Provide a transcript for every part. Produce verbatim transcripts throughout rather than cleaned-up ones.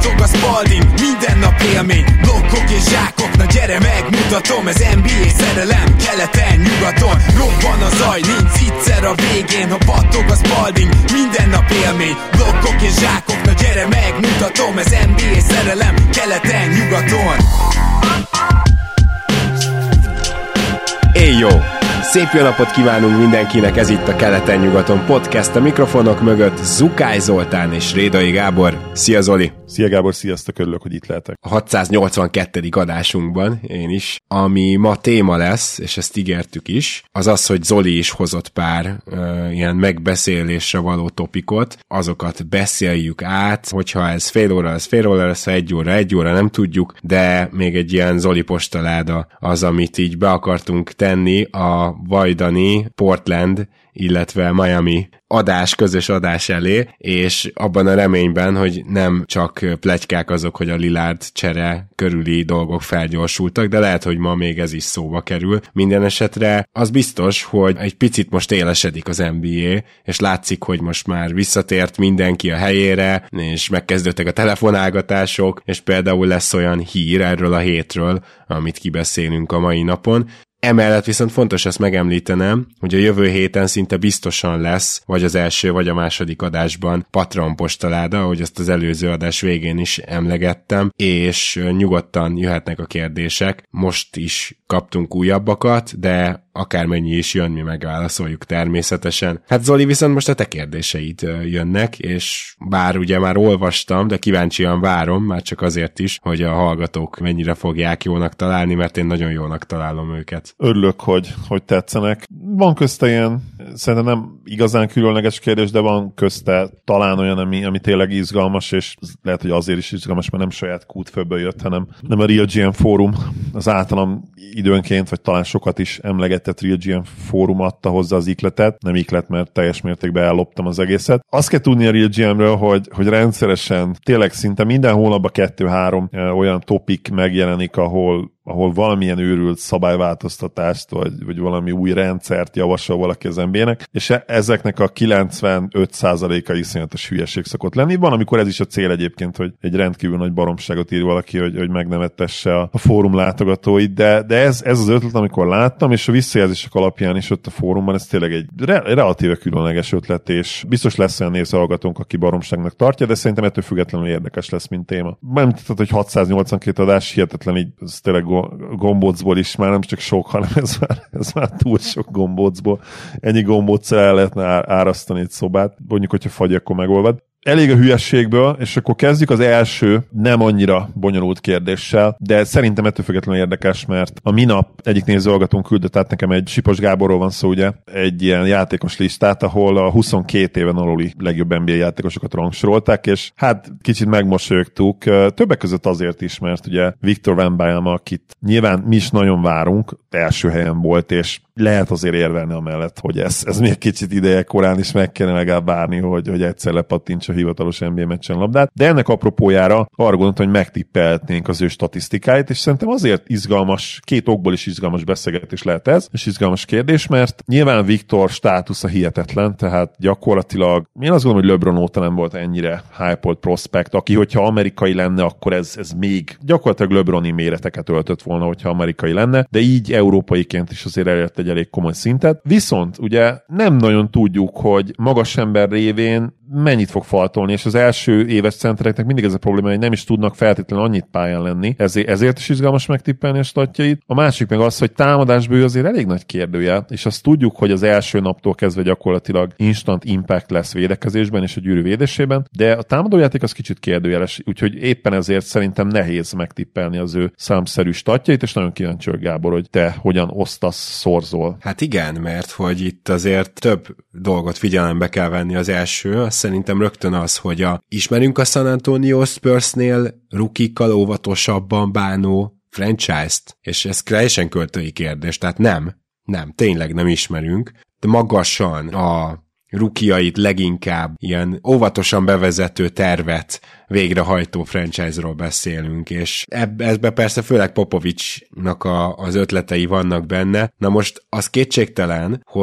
Pattog a Spalding, minden nap élmény, blokkok és zsákok, na gyere megmutatom, ez en bé á szerelem, keleten, nyugaton, robban a zaj, nincs egyszer a végén, ha pattog a Spalding, minden nap élmény, blokkok és zsákok, na gyere megmutatom, ez en bé á szerelem, keleten, nyugaton. Éj jó! Szép jó napot kívánunk mindenkinek, ez itt a Keleten-nyugaton podcast, a mikrofonok mögött Zukály Zoltán és Rédai Gábor. Szia Zoli! Szia Gábor, sziasztok, örülök, hogy itt lehetek. A hatszáznyolcvankettedik adásunkban, én is, ami ma téma lesz, és ezt ígértük is, az az, hogy Zoli is hozott pár uh, ilyen megbeszélésre való topikot, azokat beszéljük át, hogyha ez fél óra, ez fél óra lesz, egy óra, egy óra, nem tudjuk, de még egy ilyen Zoli postaláda az, amit így be akartunk tenni a vajdani, Portland, illetve Miami adás, közös adás elé, és abban a reményben, hogy nem csak pletykák azok, hogy a Lillard csere körüli dolgok felgyorsultak, de lehet, hogy ma még ez is szóba kerül. Minden esetre az biztos, hogy egy picit most élesedik az en bé á, és látszik, hogy most már visszatért mindenki a helyére, és megkezdődtek a telefonálgatások, és például lesz olyan hír erről a hétről, amit kibeszélünk a mai napon. Emellett viszont fontos ezt megemlítenem, hogy a jövő héten szinte biztosan lesz, vagy az első, vagy a második adásban Patreon postaláda, ahogy azt az előző adás végén is emlegettem, és nyugodtan jöhetnek a kérdések. Most is kaptunk újabbakat, de akármennyi is jön, mi megválaszoljuk természetesen. Hát Zoli, viszont most a te kérdéseid jönnek, és bár ugye már olvastam, de kíváncsian várom, már csak azért is, hogy a hallgatók mennyire fogják jónak találni, mert én nagyon jónak találom őket. Örülök, hogy, hogy tetszenek. Van közte ilyen, szerintem nem igazán különleges kérdés, de van közte talán olyan, ami, ami tényleg izgalmas, és lehet, hogy azért is izgalmas, mert nem saját kútfőből jött, hanem nem a Real gé em fórum, az általam időnként, vagy talán sokat is emlegetett Real gé em fórum adta hozzá az ikletet, nem iklet, mert teljes mértékben elloptam az egészet. Azt kell tudni a Real gé emről, hogy, hogy rendszeresen, tényleg szinte minden hónapban kettő-három olyan topik megjelenik, ahol ahol valamilyen őrült szabályváltoztatást, vagy, vagy valami új rendszert javasol valaki az en bé á-nek, és e- ezeknek a kilencvenöt százaléka iszonyatos hülyeség szokott lenni. Van, amikor ez is a cél egyébként, hogy egy rendkívül nagy baromságot ír valaki, hogy, hogy megnevettesse a, a fórum látogatóit, de, de ez, ez az ötlet, amikor láttam, és a visszajelzések alapján is ott a fórumban, ez tényleg egy re- relatíve különleges ötlet, és biztos lesz olyan nézőhallgatónk, aki baromságnak tartja, de szerintem ettől függetlenül érdekes lesz, mint téma. Nem tudod, hogy hatszáznyolcvankét adás, hihetetlen, így ez tényleg gombócból is már nem csak sok, hanem ez már, ez már túl sok gombócból. Ennyi gombóccal el lehetne árasztani egy szobát, mondjuk, hogyha fagy, akkor megolvad. Elég a hülyességből, és akkor kezdjük az első nem annyira bonyolult kérdéssel, de szerintem ettől függetlenül érdekes, mert a minap egyik nézőhallgatónk küldött át nekem egy Sipos Gáborról van szó, ugye, egy ilyen játékos listát, ahol a huszonkét éven aluli legjobb en bé á játékosokat rangsorolták, és hát kicsit megmosolyogtuk, többek között azért is, mert ugye Victor Wembanyama, akit nyilván mi is nagyon várunk, első helyen volt, és lehet azért érvelni amellett, hogy ez, ez még kicsit ideje korán is meg kellene legalább várni, hogy, hogy egyszer lepattints a hivatalos en bé á meccsen labdát. De ennek apropójára arra gondoltam, hogy megtippelhetnénk az ő statisztikáit, és szerintem azért izgalmas, két okból is izgalmas beszélgetés lehet ez, és izgalmas kérdés, mert nyilván Viktor státusza hihetetlen, tehát gyakorlatilag én azt gondolom, hogy LeBron óta nem volt ennyire hype-olt prospect, aki, hogyha amerikai lenne, akkor ez, ez még gyakorlatilag LeBroni méreteket öltött volna, hogyha amerikai lenne, de így európaiként is azért elért egy elég komoly szintet. Viszont ugye nem nagyon tudjuk, hogy magas ember révén mennyit fog faltolni, és az első éves centereknek mindig ez a probléma, hogy nem is tudnak feltétlenül annyit pályán lenni, ezért, ezért is izgalmas megtippelni a statjait. A másik meg az, hogy támadásból ő azért elég nagy kérdője, és azt tudjuk, hogy az első naptól kezdve gyakorlatilag instant impact lesz védekezésben és a gyűrű védésében, de a támadójáték az kicsit kérdőjeles, úgyhogy éppen ezért szerintem nehéz megtippelni az ő számszerű statjait, és nagyon kíváncsi vagyok, Gábor, hogy te hogyan osztasz, szorzol. Hát igen, mert hogy itt azért több dolgot figyelembe kell venni. Az első, az szerintem rögtön az, hogy a, ismerünk a San Antonio Spursnél rukikkal óvatosabban bánó franchise-t, és ez teljesen költői kérdés, tehát nem, nem, tényleg nem ismerünk, de magasan a rukiait leginkább ilyen óvatosan bevezető tervet végrehajtó franchise-ról beszélünk, és ebbe persze főleg Popovicsnak a, az ötletei vannak benne. Na most az kétségtelen, hogy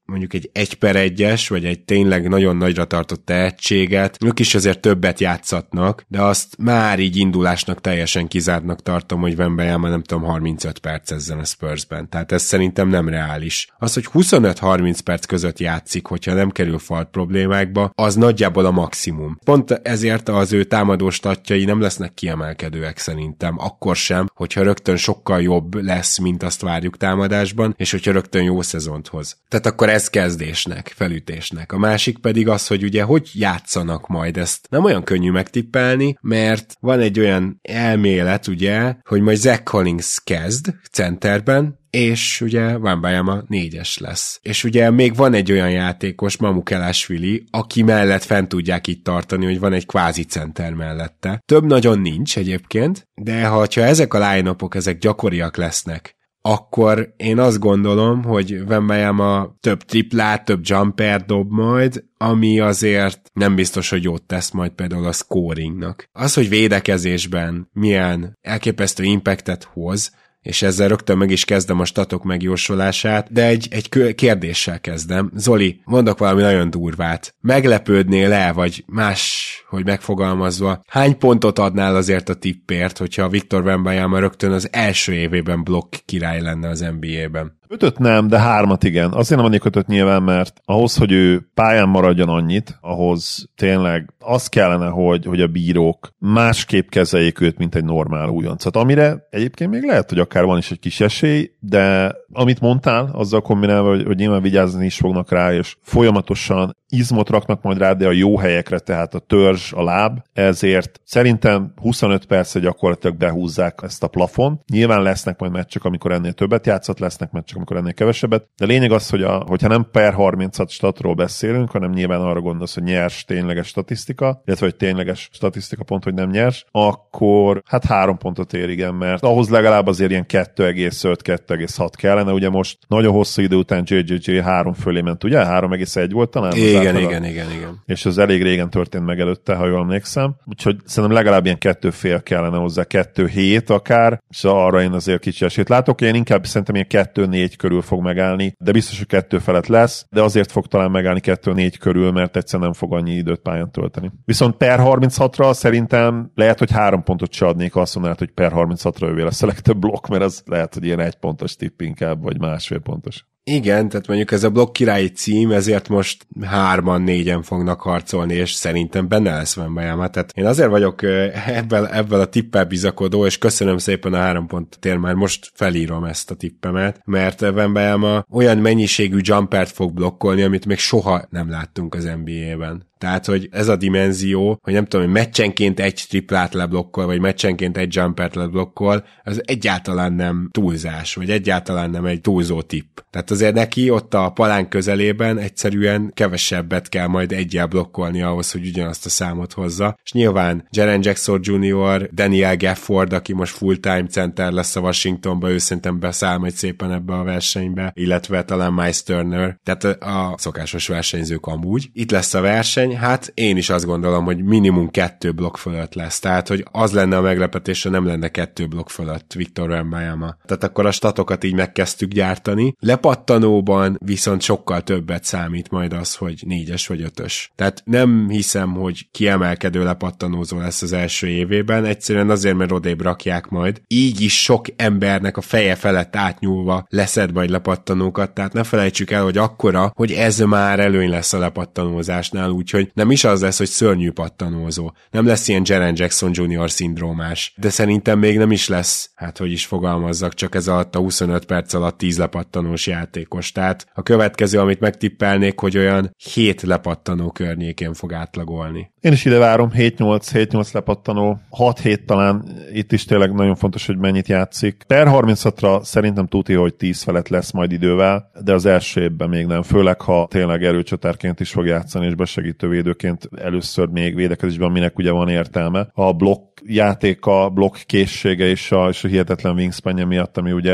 mondjuk egy egy per egyes, vagy egy tényleg nagyon nagyra tartott tehetséget, ők is azért többet játszatnak, de azt már így indulásnak teljesen kizártnak tartom, hogy Wembanyama nem tudom harmincöt perc ezzel a Spursben. Tehát ez szerintem nem reális. Az, hogy huszonöt-harminc perc között játszik, hogyha nem kerül falt problémákba, az nagyjából a maximum. Pont ezért az ő támadó statjai nem lesznek kiemelkedőek szerintem. Akkor sem, hogyha rögtön sokkal jobb lesz, mint azt várjuk támadásban, és hogyha rögtön jó szezont hoz. Tehát akkor ez kezdésnek, felütésnek. A másik pedig az, hogy ugye hogy játszanak majd, ezt nem olyan könnyű megtippelni, mert van egy olyan elmélet, ugye, hogy majd Zach Collins kezd centerben, és ugye Wembanyama négyes lesz. És ugye még van egy olyan játékos, Mamukelashvili, aki mellett fent tudják itt tartani, hogy van egy kvázi center mellette. Több nagyon nincs egyébként, de ha ezek a line-upok, ezek gyakoriak lesznek, akkor én azt gondolom, hogy Wembanyama több triplát, több jumper dob majd, ami azért nem biztos, hogy jót tesz majd például a scoringnak. Az, hogy védekezésben milyen elképesztő impactet hoz, és ezzel rögtön meg is kezdem a statok megjósolását, de egy, egy kérdéssel kezdem. Zoli, mondok valami nagyon durvát. Meglepődnél el, vagy más, hogy megfogalmazva, hány pontot adnál azért a tippért, hogyha Victor Wembanyama rögtön az első évében blokk király lenne az en bé á-ben? Ötöt nem, de hármat igen. Azért nem adnék ötöt nyilván, mert ahhoz, hogy ő pályán maradjon annyit, ahhoz tényleg az kellene, hogy, hogy a bírók másképp kezeljék őt, mint egy normál újoncot. Amire egyébként még lehet, hogy akár van is egy kis esély, de amit mondtál, azzal kombinálva, hogy, hogy nyilván vigyázni is fognak rá, és folyamatosan izmot raknak majd rá, de a jó helyekre, tehát a törzs, a láb, ezért szerintem huszonöt percre gyakorlatilag behúzzák ezt a plafon. Nyilván lesznek majd meccsek, amikor ennél többet játszott, lesznek meccsek, amikor ennél kevesebbet, de lényeg az, hogy a, hogyha nem per harmincat statról beszélünk, hanem nyilván arra gondolsz, hogy nyers tényleges statisztika, illetve hogy tényleges statisztika pont, hogy nem nyers, akkor hát három pontot ér, igen, mert ahhoz legalább azért ilyen kettő egész öt kettő egész hat kellene, ugye most nagyon hosszú idő után jé jé jé három fölé ment, ugye? három egész egy volt talán? Igen, igen, igen, igen. És az elég régen történt meg előtte, ha jól emlékszem. Úgyhogy szerintem legalább ilyen kettő fél kellene hozzá, kettő hét akár, és arra én azért kicsi esélyt látok. Én inkább szerintem ilyen kettő négy körül fog megállni, de biztos, hogy kettő felett lesz, de azért fog talán megállni kettő négy körül, mert egyszerűen nem fog annyi időt pályán tölteni. Viszont per harminchatra szerintem lehet, hogy három pontot se adnék, azt mondanád, hogy per harminchatra ővé lesz a legtöbb blokk, mert az lehet, hogy ilyen egy pontos tipp inkább, vagy másfél pontos. Igen, tehát mondjuk ez a blokk királyi cím, ezért most hárman, négyen fognak harcolni, és szerintem benne lesz Wembanyama. Tehát én azért vagyok ebből, ebből a tippel bizakodó, és köszönöm szépen a három pontot, már most felírom ezt a tippemet, mert Wembanyama olyan mennyiségű jumpert fog blokkolni, amit még soha nem láttunk az en bé á-ben. Tehát, hogy ez a dimenzió, hogy nem tudom, hogy meccsenként egy triplát leblokkol, vagy meccsenként egy jumpert leblokkol, az egyáltalán nem túlzás, vagy egyáltalán nem egy túlzó tipp. Tehát azért neki ott a palánk közelében egyszerűen kevesebbet kell majd egyel blokkolni ahhoz, hogy ugyanazt a számot hozza. És nyilván Jaren Jackson junior, Daniel Gafford, aki most full-time center lesz a Washingtonba, ő szerintem beszáll majd szépen ebbe a versenybe, illetve talán Miles Turner, tehát a szokásos versenyzők amúgy. Itt lesz a verseny, hát én is azt gondolom, hogy minimum kettő blokk fölött lesz. Tehát, hogy az lenne a meglepetés, ha nem lenne kettő blokk fölött Victor Wembanyama. Tehát akkor a statokat így megkezdtük gyártani. Lepattanóban viszont sokkal többet számít majd az, hogy négyes vagy ötös. Tehát nem hiszem, hogy kiemelkedő lepattanózó lesz az első évében, egyszerűen azért, mert odébb rakják majd. Így is sok embernek a feje felett átnyúlva leszed majd lepattanókat, tehát ne felejtsük el, hogy akkora, hogy ez már előny lesz a lepattanózásnál, úgyhogy nem is az lesz, hogy szörnyű pattanózó. Nem lesz ilyen Jaren Jackson junior szindrómás. De szerintem még nem is lesz, hát hogy is fogalmazzak, csak ez alatt a huszonöt perc alatt tíz lepattanós játékos. Tehát a következő, amit megtippelnék, hogy olyan hét lepattanó környékén fog átlagolni. Én is ide várom, hét nyolc lepattanó, hat hét talán, itt is tényleg nagyon fontos, hogy mennyit játszik. Per harmincatra szerintem tuti, hogy tíz felett lesz majd idővel, de az első évben még nem, főleg ha tényleg erőcsatárként is fog játszani, és besegítő védőként először még védekezésben, aminek ugye van értelme. A blokk játéka, blokk készsége és a, és a hihetetlen wingspanje miatt, ami ugye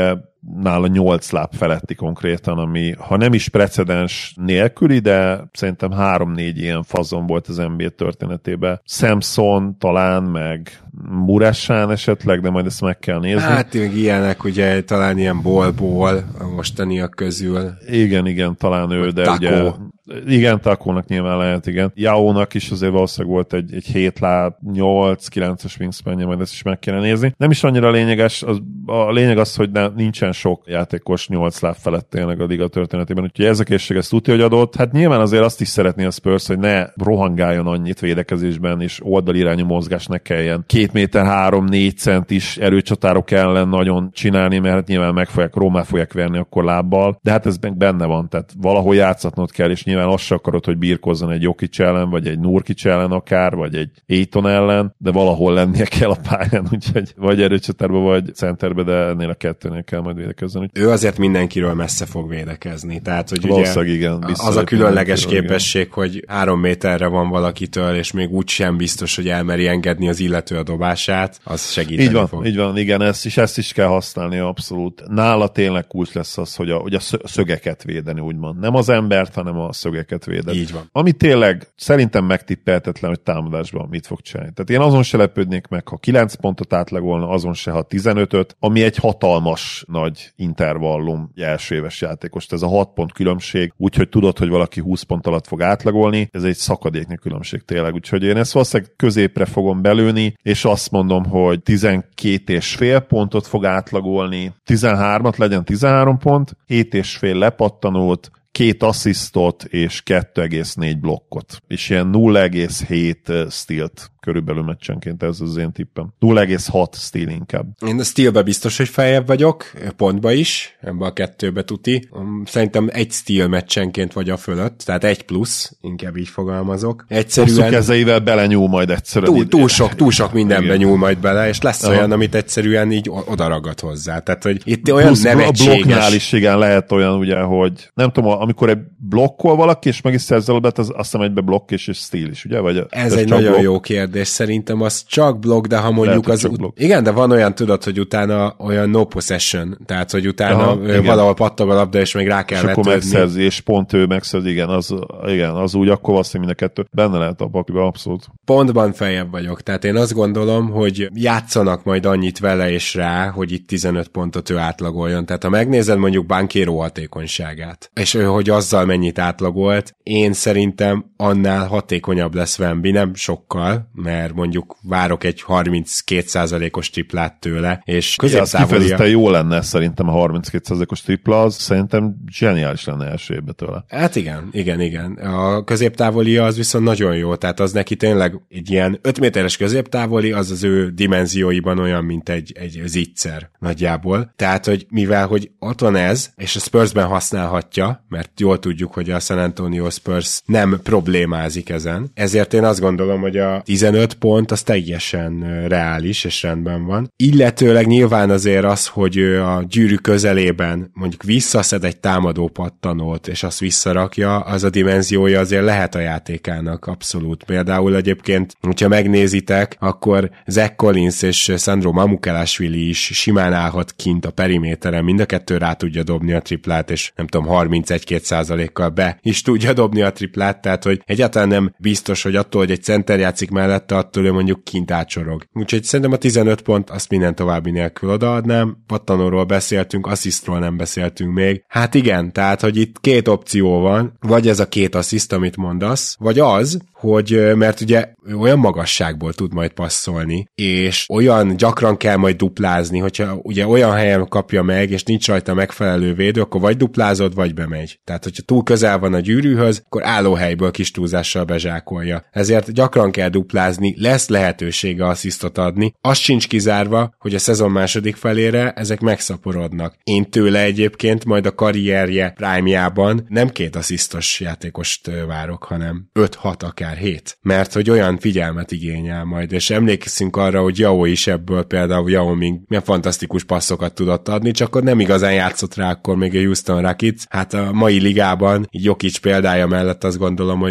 nála nyolc láb feletti konkrétan, ami ha nem is precedens nélküli, de szerintem három-négy ilyen fazon volt az en bé á történetében. Samson talán, meg Muresan esetleg, de majd ezt meg kell nézni. Hát még ilyenek, ugye talán ilyen Bol-Bol a mostaniak közül. Igen, igen, talán ő, de Taco. ugye igen, Takónak nyilván lehet, igen. Yao-nak is azért valószínűleg volt egy, egy hét láb, nyolc-kilences wingspanje, majd ezt is meg kéne nézni. Nem is annyira lényeges, az, a lényeg az, hogy ne, nincsen sok játékos nyolc láb felett tényleg a liga történetében, úgyhogy ez a készség ezt tudja, hogy adott. Hát nyilván azért azt is szeretné a Spurs, hogy ne rohangáljon annyit védekezésben, és oldalirányú mozgás ne kelljen. Két méter három-négy centis erőcsatárok ellen nagyon csinálni, mert hát nyilván meg fogják, rommá fogják verni akkor lábbal, de hát ez meg benne van, tehát valahol játszatnod kell, és nyilván azt se akarod, hogy birkozzon egy Jokic ellen, vagy egy Nurkic ellen akár, vagy egy Ayton ellen, de valahol lennie kell a pályán, úgyhogy vagy erőcsatárba, vagy centerbe, de ennél a kettőnél kell majd védekezni. Ő azért mindenkiről messze fog védekezni. Tehát, hogy ugye igen, az a különleges képesség, igen. Hogy három méterre van valakitől, és még úgy sem biztos, hogy elmeri engedni az illető a dobását, az segíteni így van, fog. Így van, igen, ezt is, ezt is kell használni abszolút. Nála tényleg kulcs lesz az, hogy a, hogy a szögeket védeni, úgymond. Nem az embert, hanem a szögeket védeni. Így van. Ami tényleg szerintem megtippelhetetlen, hogy támadásban mit fog csinálni. Tehát én azon se lepődnék meg, ha kilenc pontot átlagolna, azon se, ha tizenötöt, ami egy hatalmas nagy intervallum első éves játékos. Ez a hat pont különbség, úgyhogy tudod, hogy valaki húsz pont alatt fog átlagolni, ez egy szakadéknyi különbség tényleg. Úgyhogy én ezt valószínűleg középre fogom belőni, és azt mondom, hogy tizenkét és fél pontot fog átlagolni, tizenhármat legyen tizenhárom pont, hét és fél lepattanót, két asszisztot és kettő egész négy blokkot. És ilyen nulla egész hét stealt körülbelül meccsenként, ez az én tippem. nulla egész hat steal inkább. Én a stealbe biztos, hogy feljebb vagyok, pontba is, ebbe a kettőbe tuti. Szerintem egy steal meccsenként vagy a fölött, tehát egy plusz, inkább így fogalmazok. Egyszerűen... Hosszú kezeivel belenyúl majd egyszerűen. Túl, túl sok, túl sok mindenbe igen. nyúl majd bele, és lesz Aha. olyan, amit egyszerűen így odaragad hozzá. Tehát, hogy itt olyan plusz nevetséges... A blokknál is igen, lehet olyan, ugye, hogy nem tudom, amikor egy blokkol valaki, és meg is szerzel bet, az azt hiszem egybe blokk és, és steal is, ugye? Vagy ez egy nagyon blokk? Jó kérdés. Szerintem az csak blokk, de ha mondjuk lehet, az... Ut- igen, de van olyan, tudod, hogy utána olyan no possession, tehát, hogy utána Aha, valahol pattog a labda, és még rá kell vetődni. És akkor megszerzi, és pont ő megszerzi, igen, az, igen, az úgy, akkor valószínűleg mind a kettő benne lehet a pakliba, abszolút. Pontban feljebb vagyok, tehát én azt gondolom, hogy játszanak majd annyit vele és rá, hogy itt tizenöt pontot ő átlagoljon. Tehát ha megnézed mondjuk Banchero hatékonyságát, és ő, hogy azzal mennyit átlagolt, én szerintem annál hatékonyabb lesz Wemby, nem sokkal, mert mondjuk várok egy harminckét százalékos triplát tőle, és középtávolia... Ja, kifejezetten jó lenne szerintem a harminckét százalékos tripla, az szerintem zseniális lenne első évben tőle. Hát igen, igen, igen. A középtávolia az viszont nagyon jó, tehát az neki tényleg egy ilyen öt méteres középtávoli, az az ő dimenzióiban olyan, mint egy, egy zicser nagyjából. Tehát, hogy mivel, hogy ott van ez, és a Spursben használhatja, mert jól tudjuk, hogy a San Antonio Spurs nem problémázik ezen. Ezért én azt gondolom, hogy a tizenöt pont az teljesen reális és rendben van. Illetőleg nyilván azért az, hogy ő a gyűrű közelében mondjuk visszaszed egy támadó pattanót, és azt visszarakja, az a dimenziója azért lehet a játékának abszolút. Például egyébként, hogyha megnézitek, akkor Zach Collins és Sandro Mamukelashvili is simán állhat kint a periméteren, mind a kettő rá tudja dobni a triplát, és nem tudom, harmincegy-két százalékkal be is tudja dobni a triplát, tehát hogy egyáltalán nem biztos, hogy attól, hogy egy center játszik mellette, attól ő mondjuk kint átsorog. Úgyhogy szerintem a tizenöt pont azt minden további nélkül odaadnám. Pattanóról beszéltünk, asszisztról nem beszéltünk még. Hát igen, tehát, hogy itt két opció van, vagy ez a két assziszt, amit mondasz, vagy az, hogy, mert ugye olyan magasságból tud majd passzolni, és olyan gyakran kell majd duplázni, hogyha ugye olyan helyen kapja meg, és nincs rajta megfelelő védő, akkor vagy duplázod, vagy bemegy. Tehát, hogyha túl közel van a gyűrűhöz, akkor állóhelyből kis túlzással bezsákolja. Ezért gyakran kell duplázni, lesz lehetősége asszisztot adni. Az sincs kizárva, hogy a szezon második felére ezek megszaporodnak. Én tőle egyébként majd a karrierje prime-jában nem két asszisztos játékost várok, hanem öt-hat akár hét. Mert hogy olyan figyelmet igényel majd, és emlékszünk arra, hogy Yao is ebből például Yao Ming milyen fantasztikus passzokat tudott adni, csak akkor nem igazán játszott rá akkor még a Houston Rockets. Hát a mai ligában, így Jokic példája mellett azt gondolom, hogy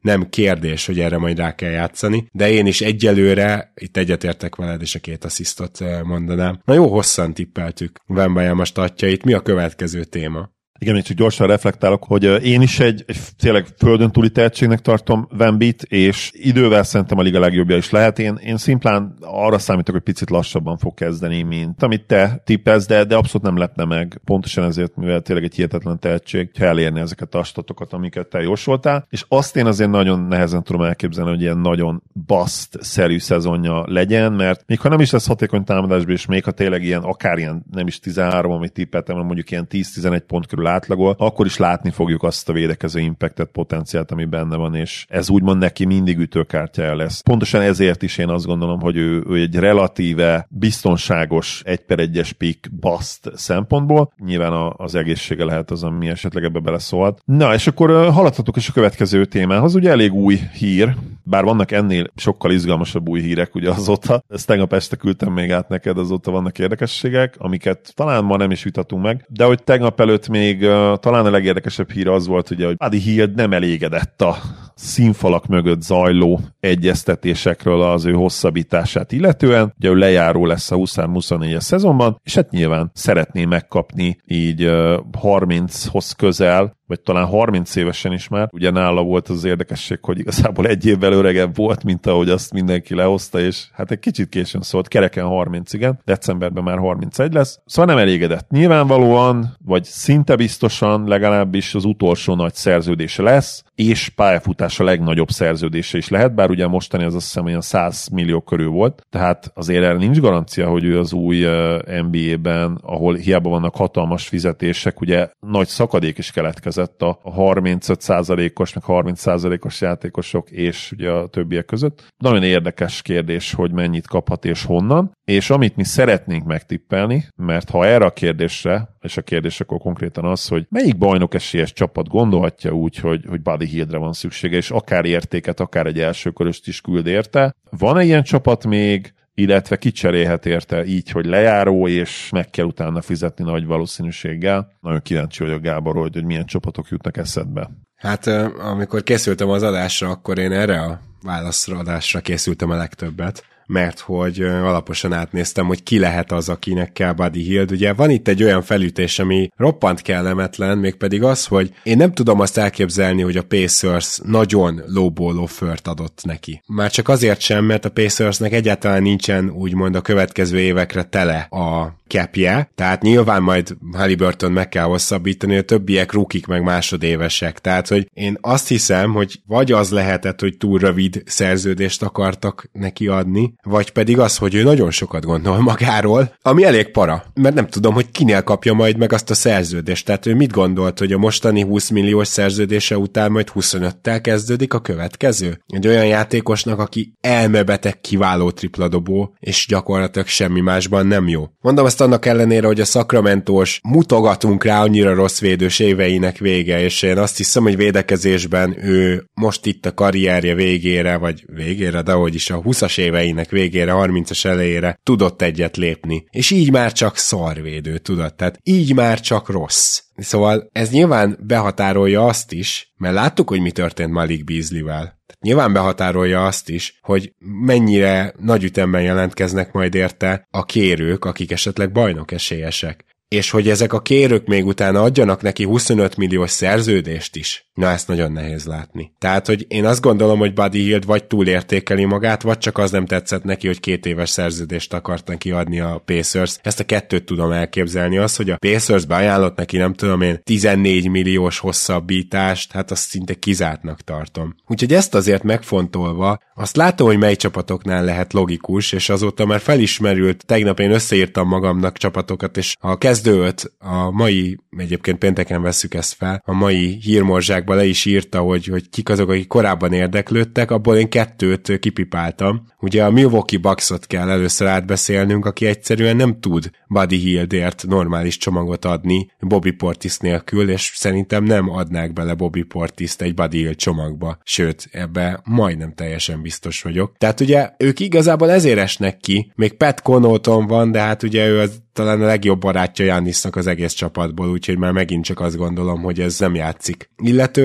nem kérdés, hogy erre majd rá kell játszani, de én is egyelőre itt egyetértek veled, és a két asszisztot mondanám. Na jó, hosszan tippeltük Wembanyama statjait. Mi a következő téma? Igen, én csak gyorsan reflektálok, hogy én is egy, egy tényleg földön túli tehetségnek tartom Wembit, és idővel szerintem a liga legjobbja is lehet. Én, én szimplán arra számítok, hogy picit lassabban fog kezdeni, mint amit te tippelsz, de, de abszolút nem lepne meg. Pontosan ezért, mivel tényleg egy hihetetlen tehetség, ha elérni ezeket a statokat, amiket te jósoltál. És azt én azért nagyon nehezen tudom elképzelni, hogy ilyen nagyon bust-szerű szezonja legyen, mert még ha nem is lesz hatékony támadásban, és még ha tényleg ilyen, akár ilyen nem is tizenhárom, amit tippeltem, hanem mondjuk ilyen tíz-tizenegy pont körül átlagol, akkor is látni fogjuk azt a védekező impactet, potenciált, ami benne van, és ez úgymond neki mindig ütőkártyája lesz. Pontosan ezért is én azt gondolom, hogy ő, ő egy relatíve biztonságos egy per egyes pick bust szempontból. Nyilván a, az egészsége lehet az, ami esetleg ebbe beleszólhat. Na, és akkor uh, haladhatok is a következő témához. Ugye elég új hír, bár vannak ennél sokkal izgalmasabb új hírek ugye azóta. Ezt tegnap este küldtem még át neked, azóta vannak érdekességek, amiket talán ma nem is vitatunk meg, de hogy tegnap előtt még Uh, talán a legérdekesebb hír az volt, ugye, hogy Buddy Hield nem elégedett a színfalak mögött zajló egyeztetésekről az ő hosszabbítását illetően. Ugye ő lejáró lesz a huszonhárom huszonnégyes szezonban, és hát nyilván szeretné megkapni így uh, harminchoz közel, vagy talán harminc évesen is már. Ugye nála volt az érdekesség, hogy igazából egy évvel öregebb volt, mint ahogy azt mindenki lehozta, és hát egy kicsit későn szólt, kereken harminc, igen, decemberben már harmincegy lesz. Szóval nem elégedett. Nyilvánvalóan, vagy szinte biztosan legalábbis az utolsó nagy szerződése lesz, és pályafutás a legnagyobb szerződése is lehet, bár ugye mostani az azt hiszem olyan száz millió körül volt, tehát azért erre nincs garancia, hogy ő az új uh, en bé á-ben, ahol hiába vannak hatalmas fizetések, ugye nagy szakadék is keletkezett a harmincöt százalékos, meg harminc százalékos játékosok és ugye a többiek között. Nagyon érdekes kérdés, hogy mennyit kaphat és honnan, és amit mi szeretnénk megtippelni, mert ha erre a kérdésre, és a kérdés akkor konkrétan az, hogy melyik bajnok esélyes csapat gondolhatja úgy, hogy, hogy Buddy Hieldre van szüksége, és akár értéket, akár egy első köröst is küld érte. Van-e ilyen csapat még, illetve kicserélhet érte így, hogy lejáró, és meg kell utána fizetni nagy valószínűséggel. Nagyon kíváncsi vagyok, Gábor, hogy, hogy milyen csapatok jutnak eszedbe. Hát amikor készültem az adásra, akkor én erre a válaszadásra készültem a legtöbbet, mert hogy alaposan átnéztem, hogy ki lehet az, akinek kell Buddy Hield. Ugye van itt egy olyan felütés, ami roppant kellemetlen, mégpedig az, hogy én nem tudom azt elképzelni, hogy a Pacers nagyon lowball offert adott neki. Már csak azért sem, mert a Pacersnek egyáltalán nincsen úgymond a következő évekre tele a capje, tehát nyilván majd Haliburton meg kell hosszabbítani, a többiek rukik meg másodévesek. Tehát, hogy én azt hiszem, hogy vagy az lehetett, hogy túl rövid szerződést akartak neki adni, vagy pedig az, hogy ő nagyon sokat gondol magáról, ami elég para, mert nem tudom, hogy kinél kapja majd meg azt a szerződést. Tehát ő mit gondolt, hogy a mostani húsz milliós szerződése után majd huszonöttel kezdődik a következő? Egy olyan játékosnak, aki elmebeteg kiváló tripladobó, és gyakorlatilag semmi másban nem jó. Mondom azt annak ellenére, hogy a Sacramento-s mutogatunk rá annyira rossz védős éveinek vége, és én azt hiszem, hogy védekezésben ő most itt a karrierje végére, vagy végére, de hogy is a húszas éveinek végére, harmincas elejére tudott egyet lépni. És így már csak szarvédő, tudod? Tehát így már csak rossz. Szóval ez nyilván behatárolja azt is, mert láttuk, hogy mi történt Malik Beasley-vel. Tehát nyilván behatárolja azt is, hogy mennyire nagy ütemben jelentkeznek majd érte a kérők, akik esetleg bajnok esélyesek. És hogy ezek a kérők még utána adjanak neki huszonöt milliós szerződést is. Na, ezt nagyon nehéz látni. Tehát, hogy én azt gondolom, hogy Buddy Hield vagy túlértékeli magát, vagy csak az nem tetszett neki, hogy két éves szerződést akart neki adni a Pacers. Ezt a kettőt tudom elképzelni. Az, hogy a Pacers beajánlott neki, nem tudom én, tizennégy milliós hosszabbítást, hát azt szinte kizártnak tartom. Úgyhogy ezt azért megfontolva, azt látom, hogy mely csapatoknál lehet logikus, és azóta már felismerült, tegnap én összeírtam magamnak csapatokat, és a kezdőt a mai, egyébként pénteken vesszük ezt fel, a mai hírmorzsákban le is írta, hogy, hogy kik azok, akik korábban érdeklődtek, abból én kettőt kipipáltam. Ugye a Milwaukee Bucksot kell először átbeszélnünk, aki egyszerűen nem tud Buddy Hieldért normális csomagot adni Bobby Portis nélkül, és szerintem nem adnák bele Bobby Portist egy Buddy Hield csomagba, sőt, ebbe majdnem teljesen biztos vagyok. Tehát ugye ők igazából ezért esnek ki, még Pat Connaughton van, de hát ugye ő az talán a legjobb barátja Giannisnak az egész csapatból, úgyhogy már megint csak azt gondolom, hogy ez nem játszik. Illetőleg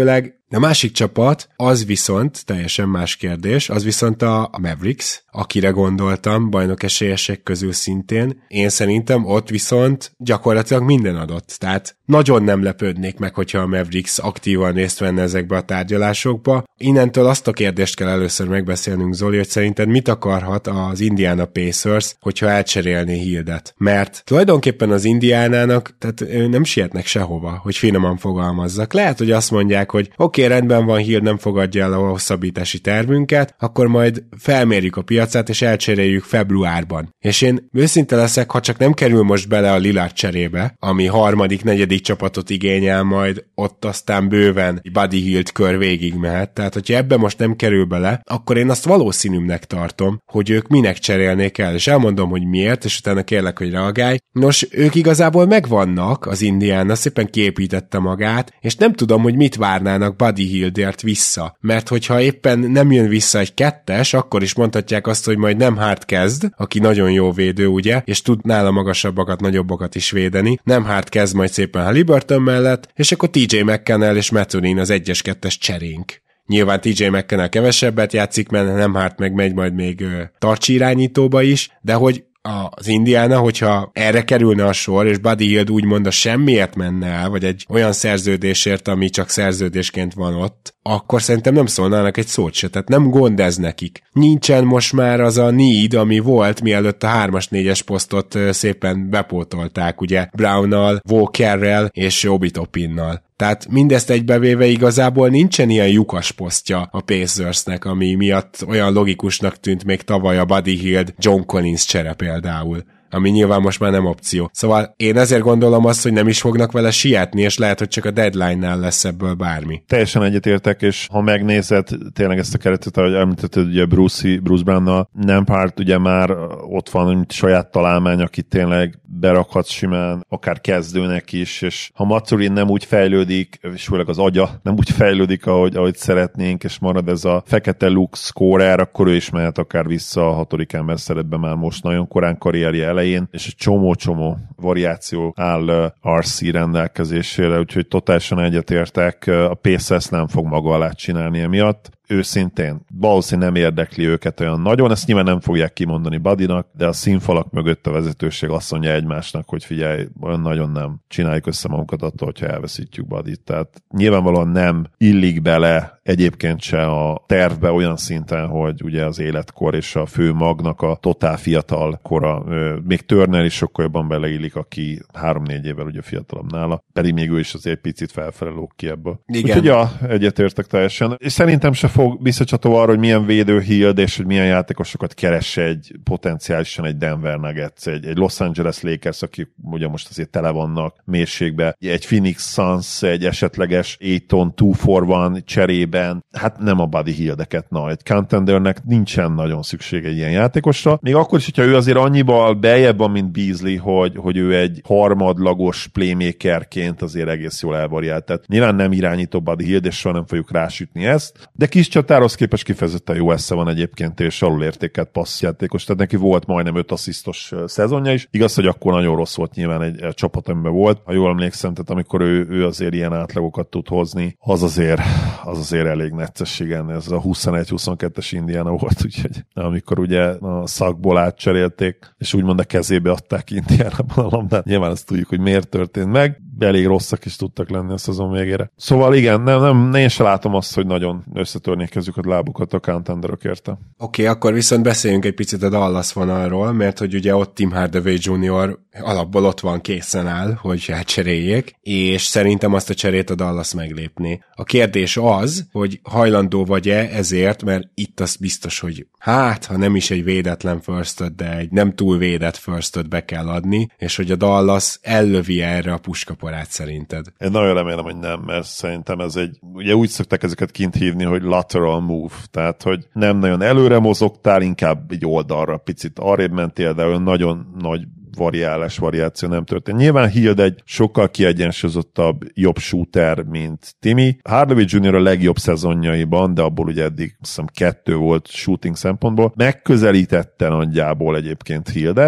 A másik csapat, az viszont, teljesen más kérdés, az viszont a, a Mavericks, akire gondoltam, bajnok esélyesek közül szintén. Én szerintem ott viszont gyakorlatilag minden adott. Tehát nagyon nem lepődnék meg, hogyha a Mavericks aktívan részt venne ezekbe a tárgyalásokba. Innentől azt a kérdést kell először megbeszélnünk, Zoli, hogy szerinted mit akarhat az Indiana Pacers, hogyha elcserélné Hildet? Mert tulajdonképpen az Indiánának, tehát nem sietnek sehova, hogy finoman fogalmazzak. Lehet, hogy azt mondják, hogy oké, okay, rendben van, Hild nem fogadja el a hosszabbítási tervünket, akkor majd felmérjük a piacát, és elcseréljük februárban. És én őszinte leszek, ha csak nem kerül most bele a Lillard cserébe, ami harmadik, negyedik csapatot igényel, majd ott aztán bőven Buddy Hield kör végig mehet. Tehát, hogyha ebbe most nem kerül bele, akkor én azt valószínűnek tartom, hogy ők minek cserélnék el, és elmondom, hogy miért, és utána kérlek, hogy reagálj. Nos, ők igazából megvannak, az Indiana szépen kiépítette magát, és nem tudom, hogy mit várnának Buddy Hieldért vissza, mert hogyha éppen nem jön vissza egy kettes, akkor is mondhatják azt, hogy majd nem Hart kezd, aki nagyon jó védő, ugye, és tud nála magasabbakat, nagyobbakat is védeni, nem Hart kezd majd szépen Haliburton mellett, és akkor té jé McConnell és Mathurin az egyes-kettes cserénk. Nyilván té jé McConnell kevesebbet játszik, mert nem Hart meg megy majd még ö, tartsi irányítóba is, de hogy az Indiana, hogyha erre kerülne a sor, és Buddy Hield úgymond a semmiért menne el, vagy egy olyan szerződésért, ami csak szerződésként van ott, akkor szerintem nem szólnának egy szót se, tehát nem gond ez nekik. Nincsen most már az a need, ami volt, mielőtt a hármas négyes posztot szépen bepótolták, ugye Brownnal, Walkerrel és Obi Toppinnal. Tehát mindezt egybevéve igazából nincsen ilyen lyukas posztja a Pacersnek, ami miatt olyan logikusnak tűnt még tavaly a Buddy Hield John Collins csere például, ami nyilván most már nem opció. Szóval én ezért gondolom azt, hogy nem is fognak vele sietni, és lehet, hogy csak a deadline-nál lesz ebből bármi. Teljesen egyetértek, és ha megnézed tényleg ezt a keretet, ahogy említetted, ugye Bruce, Bruce Brownnal, Nembhard ugye már ott van, mint saját találmány, aki tényleg berakhat simán, akár kezdőnek is, és ha Mathurin nem úgy fejlődik, és főleg az agya nem úgy fejlődik, ahogy, ahogy szeretnénk, és marad ez a fekete Luke scorer, akkor ő is mehet akár vissza a hatodik ember szerepbe már most nagyon korán karrierje elején, és egy csomó-csomó variáció áll er cé rendelkezésére, úgyhogy totálisan egyetértek, a Pacers nem fog maga alá csinálni emiatt. Őszintén, valószínűleg nem érdekli őket olyan nagyon, ezt nyilván nem fogják kimondani Buddynak, de a színfalak mögött a vezetőség azt mondja egymásnak, hogy figyelj, olyan nagyon nem csináljuk össze magunkat attól, hogyha elveszítjük Buddyt. Tehát nyilvánvalóan nem illik bele egyébként se a tervbe olyan szinten, hogy ugye az életkor és a fő magnak a totál fiatal kora, még Turner is sokkal jobban beleillik, aki három-négy évvel ugye fiatalabb nála, pedig még ő is azért picit felfele lóg ki ebből. Igen. Úgyhogy ja, egyetértek teljesen. És szerintem se fog visszacsatolva arra, hogy milyen védő Hield, és hogy milyen játékosokat keres egy potenciálisan egy Denver Nuggets, egy, egy Los Angeles Lakers, akik ugye most azért tele vannak mélységbe, egy Phoenix Suns, egy esetleges Ayton two for one cserében, hát nem a Buddy Hieldeket, na, egy contendernek nincsen nagyon szüksége egy ilyen játékosra, még akkor is, hogyha ő azért annyival beljebb van, mint Beasley, hogy, hogy ő egy harmadlagos playmakerként azért egész jól elvariált. Tehát nyilván nem irányító Buddy Hield, és soha nem fogjuk rásütni ezt, de kis csatáros képest kifejezetten jó esze van egyébként, és alul értékelt passzjátékos, tehát neki volt majdnem öt asszisztos szezonja is. Igaz, hogy akkor nagyon rossz volt nyilván egy, egy csapat, amiben volt. Ha jól emlékszem, tehát amikor ő, ő azért ilyen átlagokat tud hozni, az azért, az azért elég necces, igen, ez a huszonegy-huszonkettes Indiana volt, úgyhogy amikor ugye a szakból átcserélték, és úgymond a kezébe adták Indiánában a labdát. Nyilván azt tudjuk, hogy miért történt meg, elég rosszak is tudtak lenni a szezon végére. Szóval igen, nem, nem, én sem látom azt, hogy nagyon összetörnék kezüket, lábukat a contenderok érte. Oké, okay, akkor viszont beszéljünk egy picit a Dallas vonalról, mert hogy ugye ott Tim Hardaway junior alapból ott van, készen áll, hogy elcseréljék, és szerintem azt a cserét a Dallas meglépné. A kérdés az, hogy hajlandó vagy-e ezért, mert itt az biztos, hogy hát, ha nem is egy védetlen firstöt, de egy nem túl védett firstöt be kell adni, és hogy a Dallas ellövi erre a puskaporát szerinted. Én nagyon remélem, hogy nem, mert szerintem ez egy, ugye úgy szokták ezeket kint hívni, hogy lateral move, tehát, hogy nem nagyon előre mozogtál, inkább egy oldalra picit arrébb mentél, de olyan nagyon nagy variálás, variáció nem történt. Nyilván Hield egy sokkal kiegyensúlyozottabb, jobb shooter, mint Timmy. Hardaway junior a legjobb szezonjaiban, de abból ugye eddig hiszem kettő volt shooting szempontból. Megközelítette nagyjából egyébként Hieldet,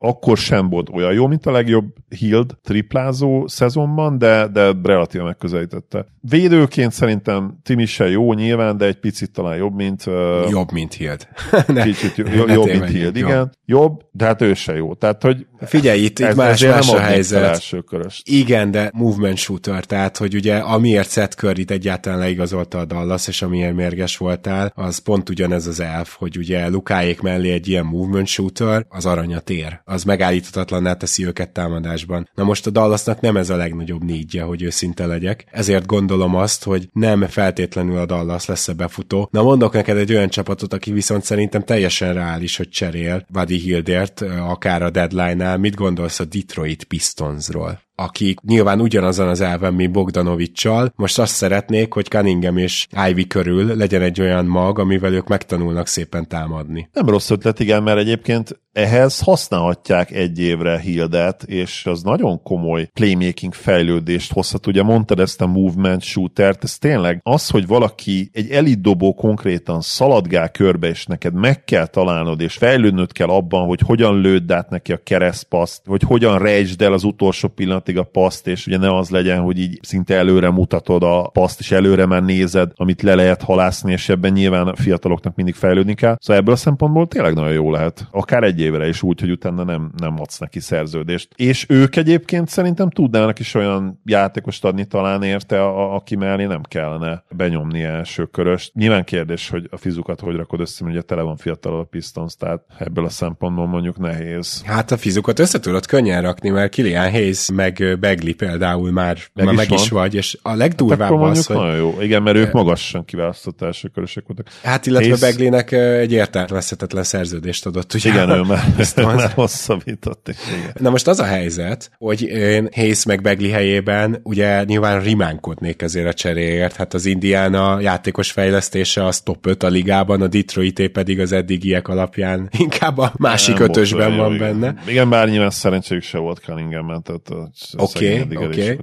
akkor sem volt olyan jó, mint a legjobb Hield triplázó szezonban, de, de relatíve megközelítette. Védőként szerintem Timi se jó nyilván, de egy picit talán jobb, mint... Uh, jobb, mint Hield. Kicsit jobb, jobb, jobb mint Hield, igen. Jobb. jobb, de hát ő se jó. Tehát, hogy figyelj, itt, itt más, más a helyzet. Köröst. Igen, de movement shooter, tehát, hogy ugye amiért Seth Curryt egyáltalán leigazolta a Dallas, és amiért mérges voltál, az pont ugyanez az elf, hogy ugye Lukáék mellé egy ilyen movement shooter, az aranyat ér. Az megállíthatatlanná teszi őket támadásban. Na most a Dallasnak nem ez a legnagyobb négyje, hogy őszinte legyek. Ezért gondolom azt, hogy nem feltétlenül a Dallas lesz a befutó. Na mondok neked egy olyan csapatot, aki viszont szerintem teljesen reális, hogy cserél Buddy Hieldért, akár a deadline-nál. Mit gondolsz a Detroit Pistonsról? Akik nyilván ugyanazon az elven, mint Bogdanovic-csal, most azt szeretnék, hogy Cunningham és Ivy körül legyen egy olyan mag, amivel ők megtanulnak szépen támadni. Nem rossz ötlet, igen, mert egyébként ehhez használhatják egy évre Hieldet, és az nagyon komoly playmaking fejlődést hozhat. Ugye mondtad ezt a movement shootert, ez tényleg az, hogy valaki egy elit dobó konkrétan szaladgál körbe, és neked meg kell találnod, és fejlődnöd kell abban, hogy hogyan lőd át neki a keresztpaszt, hogy hogyan rejtsd el az utolsó pillanatig a paszt, és ugye ne az legyen, hogy így szinte előre mutatod a paszt, és előre már nézed, amit le lehet halászni, és ebben nyilván a fiataloknak mindig fejlődni kell. Szóval ebből a szempontból tényleg nagyon jó lehet. Akár egy évre is úgy, hogy utána nem, nem adsz neki szerződést. És ők egyébként szerintem tudnának is olyan játékost adni talán érte, a, aki mellé nem kellene benyomni első köröst. Nyilván kérdés, hogy a fizukat hogy rakod össze, mert ugye tele van fiatal a Pistons, tehát ebből a szempontból mondjuk nehéz. Hát a fizukat össze tudod könnyen rakni, mert Killian Hayes meg Bagley például már meg, már is, meg is vagy, és a legdurvább hát az, hogy... nagyon jó. Igen, mert ők magasan kiválasztott első körösek voltak. Hát illetve Hayes... Bagleynek egy értelmezhetetlen szerződést adott. Ugye? Igen, ő már, már hosszabbított. És igen. Na most az a helyzet, hogy én Hayes meg Bagley helyében ugye nyilván rimánkodnék ezért a cseréért. Hát az Indiana játékos fejlesztése az top öt a ligában, a Detroité pedig az eddigiek alapján inkább a másik nem ötösben van jó, benne. Igen, igen, bár nyilván szerencséjük se volt Cunningham-en, tehát Oké, oké.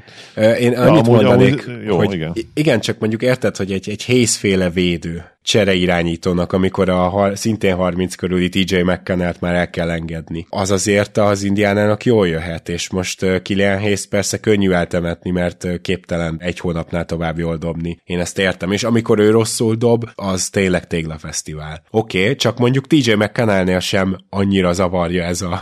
Én annyit amúgy, mondanék, amúgy, jó, hogy igen. igen, csak mondjuk érted, hogy egy, egy Hayes-féle védő csereirányítónak, amikor a szintén harminc körüli té jé McConnellt már el kell engedni. Az azért az Indiánának jól jöhet, és most Killian Hayes persze könnyű eltemetni, mert képtelen egy hónapnál tovább jól dobni. Én ezt értem, és amikor ő rosszul dob, az tényleg téglafesztivál. Oké, okay, csak mondjuk té jé McConnellnél sem annyira zavarja ez a,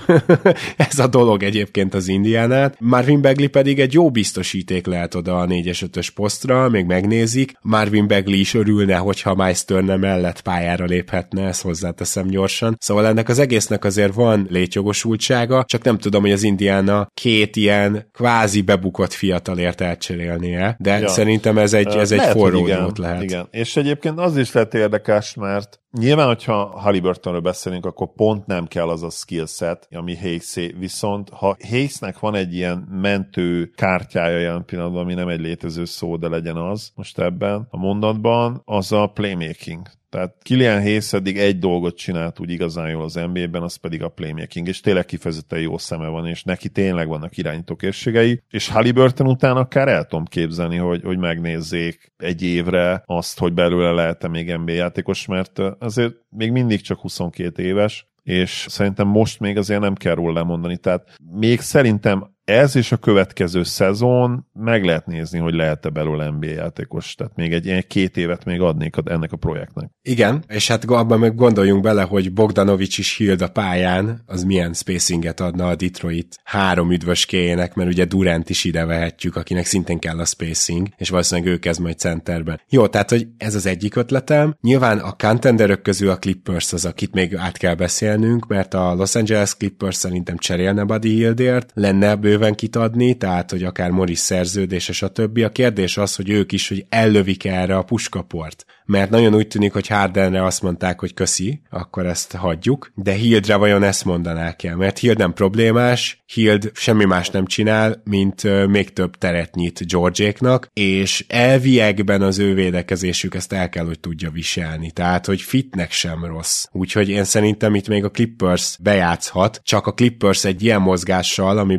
ez a dolog egyébként az Indiánát. Marvin Bagley pedig egy jó biztosíték lehet oda a négyes ötös posztra, még megnézik. Marvin Bagley is örülne, hogyha Miles Turner mellett pályára léphetne, ezt hozzáteszem gyorsan. Szóval ennek az egésznek azért van létjogosultsága, csak nem tudom, hogy az Indiana két ilyen kvázi bebukott fiatalért elcserélnie, de ja. szerintem ez egy, ez egy lehet, forró volt lehet. Igen, és egyébként az is lehet érdekes, mert nyilván, hogyha Haliburtonről beszélünk, akkor pont nem kell az a skillset, ami Hayes-é, viszont ha Hayesnek van egy ilyen mentő kártyája jelen pillanatban, ami nem egy létező szó, de legyen az most ebben a mondatban, az a playmaking. Tehát Killian Hayes eddig egy dolgot csinált úgy igazán jól az en bé á-ben, az pedig a playmaking, és tényleg kifejezetten jó szeme van, és neki tényleg vannak irányító készségei, és Haliburton után akár el tudom képzelni, hogy, hogy megnézzék egy évre azt, hogy belőle lehet-e még en bé á játékos, mert azért még mindig csak huszonkét éves, és szerintem most még azért nem kell róla lemondani, tehát még szerintem ez és a következő szezon meg lehet nézni, hogy lehet-e belőle en bé á játékos, tehát még egy ilyen két évet még adnék ennek a projektnek. Igen, és hát abban meg gondoljunk bele, hogy Bogdanovic is Hield a pályán, az milyen spacinget adna a Detroit három üdvöskéjének, mert ugye Durant is ide vehetjük, akinek szintén kell a spacing, és valószínűleg ő kezd majd centerben. Jó, tehát, hogy ez az egyik ötletem. Nyilván a contenderök közül a Clippers az, akit még át kell beszélnünk, mert a Los Angeles Clippers szerintem cserélne Buddy Hieldért, lenne bőven kit adni, tehát, hogy akár Morris szerződése, stb. A kérdés az, hogy ők is, hogy ellövik erre a puskaport. Mert nagyon úgy tűnik, hogy Hardenre azt mondták, hogy köszi, akkor ezt hagyjuk, de Hieldre vajon ezt mondanák el, mert Hield nem problémás, Hield semmi más nem csinál, mint uh, még több teret nyit George-éknak, és elviekben az ő védekezésük ezt el kell, hogy tudja viselni, tehát, hogy fitnek sem rossz. Úgyhogy én szerintem itt még a Clippers bejátszhat, csak a Clippers egy ilyen mozgással, amiben majd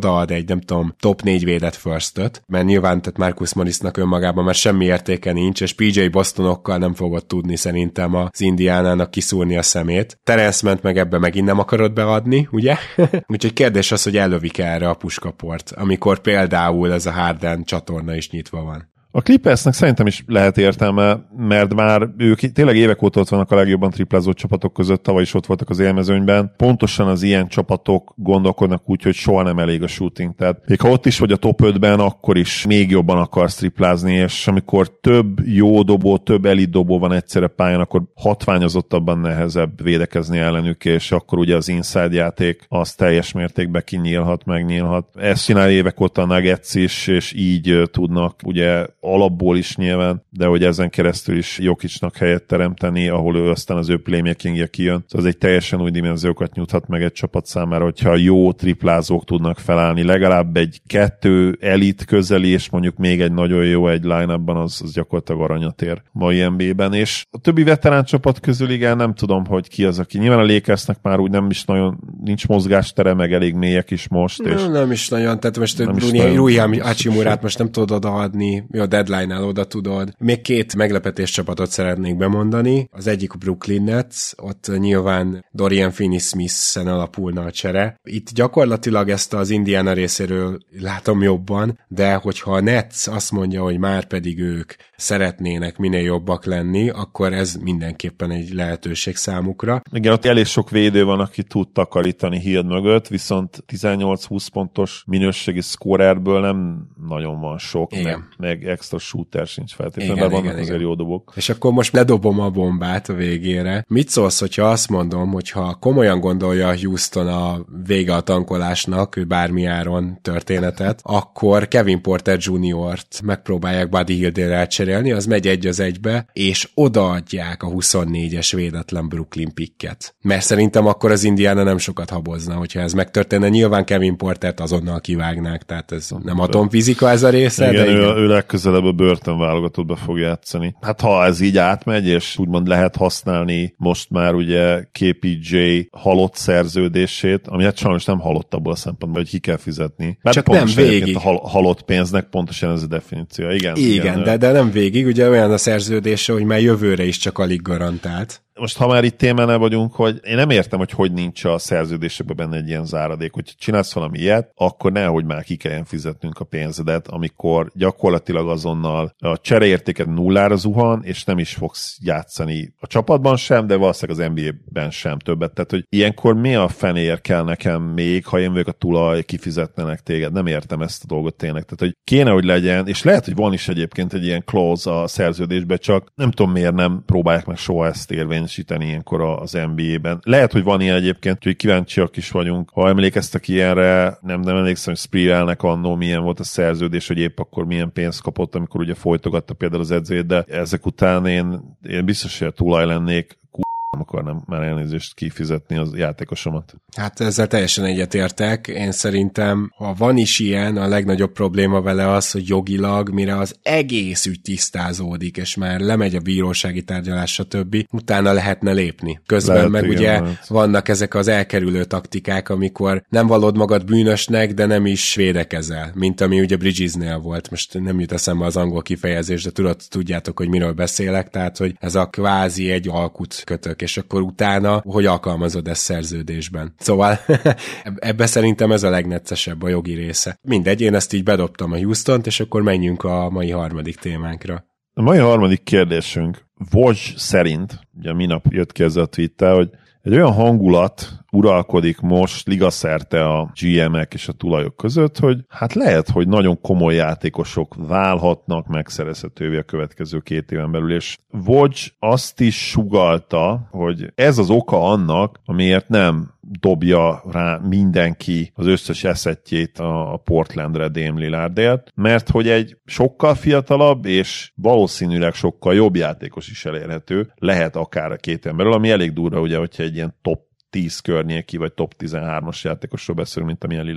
odaad egy, nem tudom, top négy védett firstöt, mert nyilván tehát Marcus Morrisnak önmagában már semmi értéke nincs, és pé jé Bostonokkal nem fogod tudni szerintem az Indiánának kiszúrni a szemét. Terence Mannt meg ebbe megint nem akarod beadni, ugye? Úgyhogy kérdés az, hogy ellövik erre a puskaport, amikor például ez a Harden csatorna is nyitva van. A Clippersnek szerintem is lehet értelme, mert már ők tényleg évek óta ott vannak a legjobban triplázó csapatok között, tavaly is ott voltak az élmezőnyben. Pontosan az ilyen csapatok gondolkodnak úgy, hogy soha nem elég a shooting. Tehát még ha ott is vagy a top ötben, akkor is még jobban akarsz triplázni, és amikor több jó dobó, több elit dobó van egyszerre pályán, akkor hatványozottabban nehezebb védekezni ellenük, és akkor ugye az inside játék az teljes mértékben kinyílhat, megnyílhat. Ezt csinál évek óta a Nuggets is, és így tudnak ugye alapból is nyilván, de hogy ezen keresztül is Jokicnak helyet teremteni, ahol ő aztán az ő playmakingje kijön. Szóval ez egy teljesen új dimenziókat nyújthat meg egy csapat számára, hogyha jó triplázók tudnak felállni. Legalább egy kettő elit közeli, és mondjuk még egy nagyon jó egy line-upban, az, az gyakorlatilag aranyat ér mai en bé á-ben. És a többi veterán csapat közül igen, nem tudom, hogy ki az, aki. Nyilván a Lakersnek már úgy nem is nagyon, nincs mozgástere, meg elég mélyek is most. És nem, nem is nagyon, tehát most Rui Hachimurát most nem tudod odaadni, a deadline-nál oda tudod. Még két meglepetés csapatot szeretnék bemondani. Az egyik a Brooklyn Nets, ott nyilván Dorian Finney-Smith-en alapulna a csere. Itt gyakorlatilag ezt az Indiana részéről látom jobban, de hogyha a Nets azt mondja, hogy már pedig ők szeretnének minél jobbak lenni, akkor ez mindenképpen egy lehetőség számukra. Igen, ott elég sok védő van, aki tud takarítani Hield mögött, viszont tizennyolc-húsz pontos minőségi scorerből nem nagyon van sok, meg, meg extra shooter sincs feltétlenül, de vannak igen, azért igen. jó dobok. És akkor most ledobom a bombát a végére. Mit szólsz, hogyha azt mondom, hogyha komolyan gondolja Houston a vége a tankolásnak, ő bármi áron történetet, akkor Kevin Porter juniort megpróbálják Buddy Hield-ére elcserélni, az megy egy az egybe, és odaadják a huszonnégyes védetlen Brooklyn picket. Mert szerintem akkor az Indiana nem sokat habozna, hogyha ez megtörténne. Nyilván Kevin Portert azonnal kivágnák, tehát ez nem atomfizika ez a része. Igen, de ő, igen. ő legközelebb a börtön válogatottba fog játszani. Hát ha ez így átmegy, és úgymond lehet használni most már ugye ká pé jé halott szerződését, ami hát sajnos nem halott abból a szempontból, hogy ki kell fizetni. Mert csak nem végig. A hal- halott pénznek pontosan ez a definíció. Igen, igen, igen de, de nem végig, ugye olyan a szerződése, hogy már jövőre is csak alig garantált. Most ha már itt témánál vagyunk, hogy én nem értem, hogy hogy nincs a szerződésekben benne egy ilyen záradék, hogy csinálsz valami ilyet, akkor nehogy már ki kelljen fizetnünk a pénzedet, amikor gyakorlatilag azonnal a csereértéket nullára zuhan, és nem is fogsz játszani a csapatban sem, de valószínűleg az en bé á-ben sem többet. Tehát, hogy ilyenkor mi a fenér kell nekem még, ha én vagyok a tulaj, kifizetnenek téged? Nem értem ezt a dolgot tényleg. Tehát, hogy kéne, hogy legyen, és lehet, hogy van is egyébként egy ilyen clause a szerződésben, csak nem tudom, miért nem próbálják meg soha ezt érvényesíteni ilyenkor az en bé á-ben. Lehet, hogy van ilyen egyébként, hogy kíváncsiak is vagyunk. Ha emlékeztek ilyenre, nem, nem emlékszem, hogy Sprierelnek annó milyen volt a szerződés, hogy épp akkor milyen pénzt kapott, amikor ugye folytogatta például az edzőjét, de ezek után én, én biztos, hogy a tulaj lennék, nem akarnám már elnézést kifizetni az játékosomat. Hát ezzel teljesen egyetértek. Én szerintem, ha van is ilyen, a legnagyobb probléma vele az, hogy jogilag, mire az egész ügy tisztázódik, és már lemegy a bírósági tárgyalás, stb. Utána lehetne lépni. Közben lehet, meg igen, ugye lehet. Vannak ezek az elkerülő taktikák, amikor nem vallod magad bűnösnek, de nem is védekezel, mint ami ugye Bridgesnél volt. Most nem jut eszembe az angol kifejezés, de tudod, tudjátok, hogy miről beszélek, tehát, hogy ez a kvázi egy alkut kötök, és akkor utána, hogy alkalmazod ezt szerződésben. Szóval ebbe szerintem ez a legneccesebb a jogi része. Mindegy, én ezt így bedobtam a Houstont, és akkor menjünk a mai harmadik témánkra. A mai harmadik kérdésünk Woj szerint, ugye minap jött ki ez a tweettel, hogy egy olyan hangulat uralkodik most ligaszerte a gé em-ek és a tulajok között, hogy hát lehet, hogy nagyon komoly játékosok válhatnak megszerezhetővé a következő két éven belül, és Woj azt is sugallta, hogy ez az oka annak, amiért nem dobja rá mindenki az összes eszettjét a Portlandre Dame Lillardért, mert hogy egy sokkal fiatalabb és valószínűleg sokkal jobb játékos is elérhető, lehet akár a két éven belül, ami elég durva, ugye, hogyha egy ilyen top tíz környéki, vagy top tizenhármas játékosról beszélünk, mint amilyen Lillard.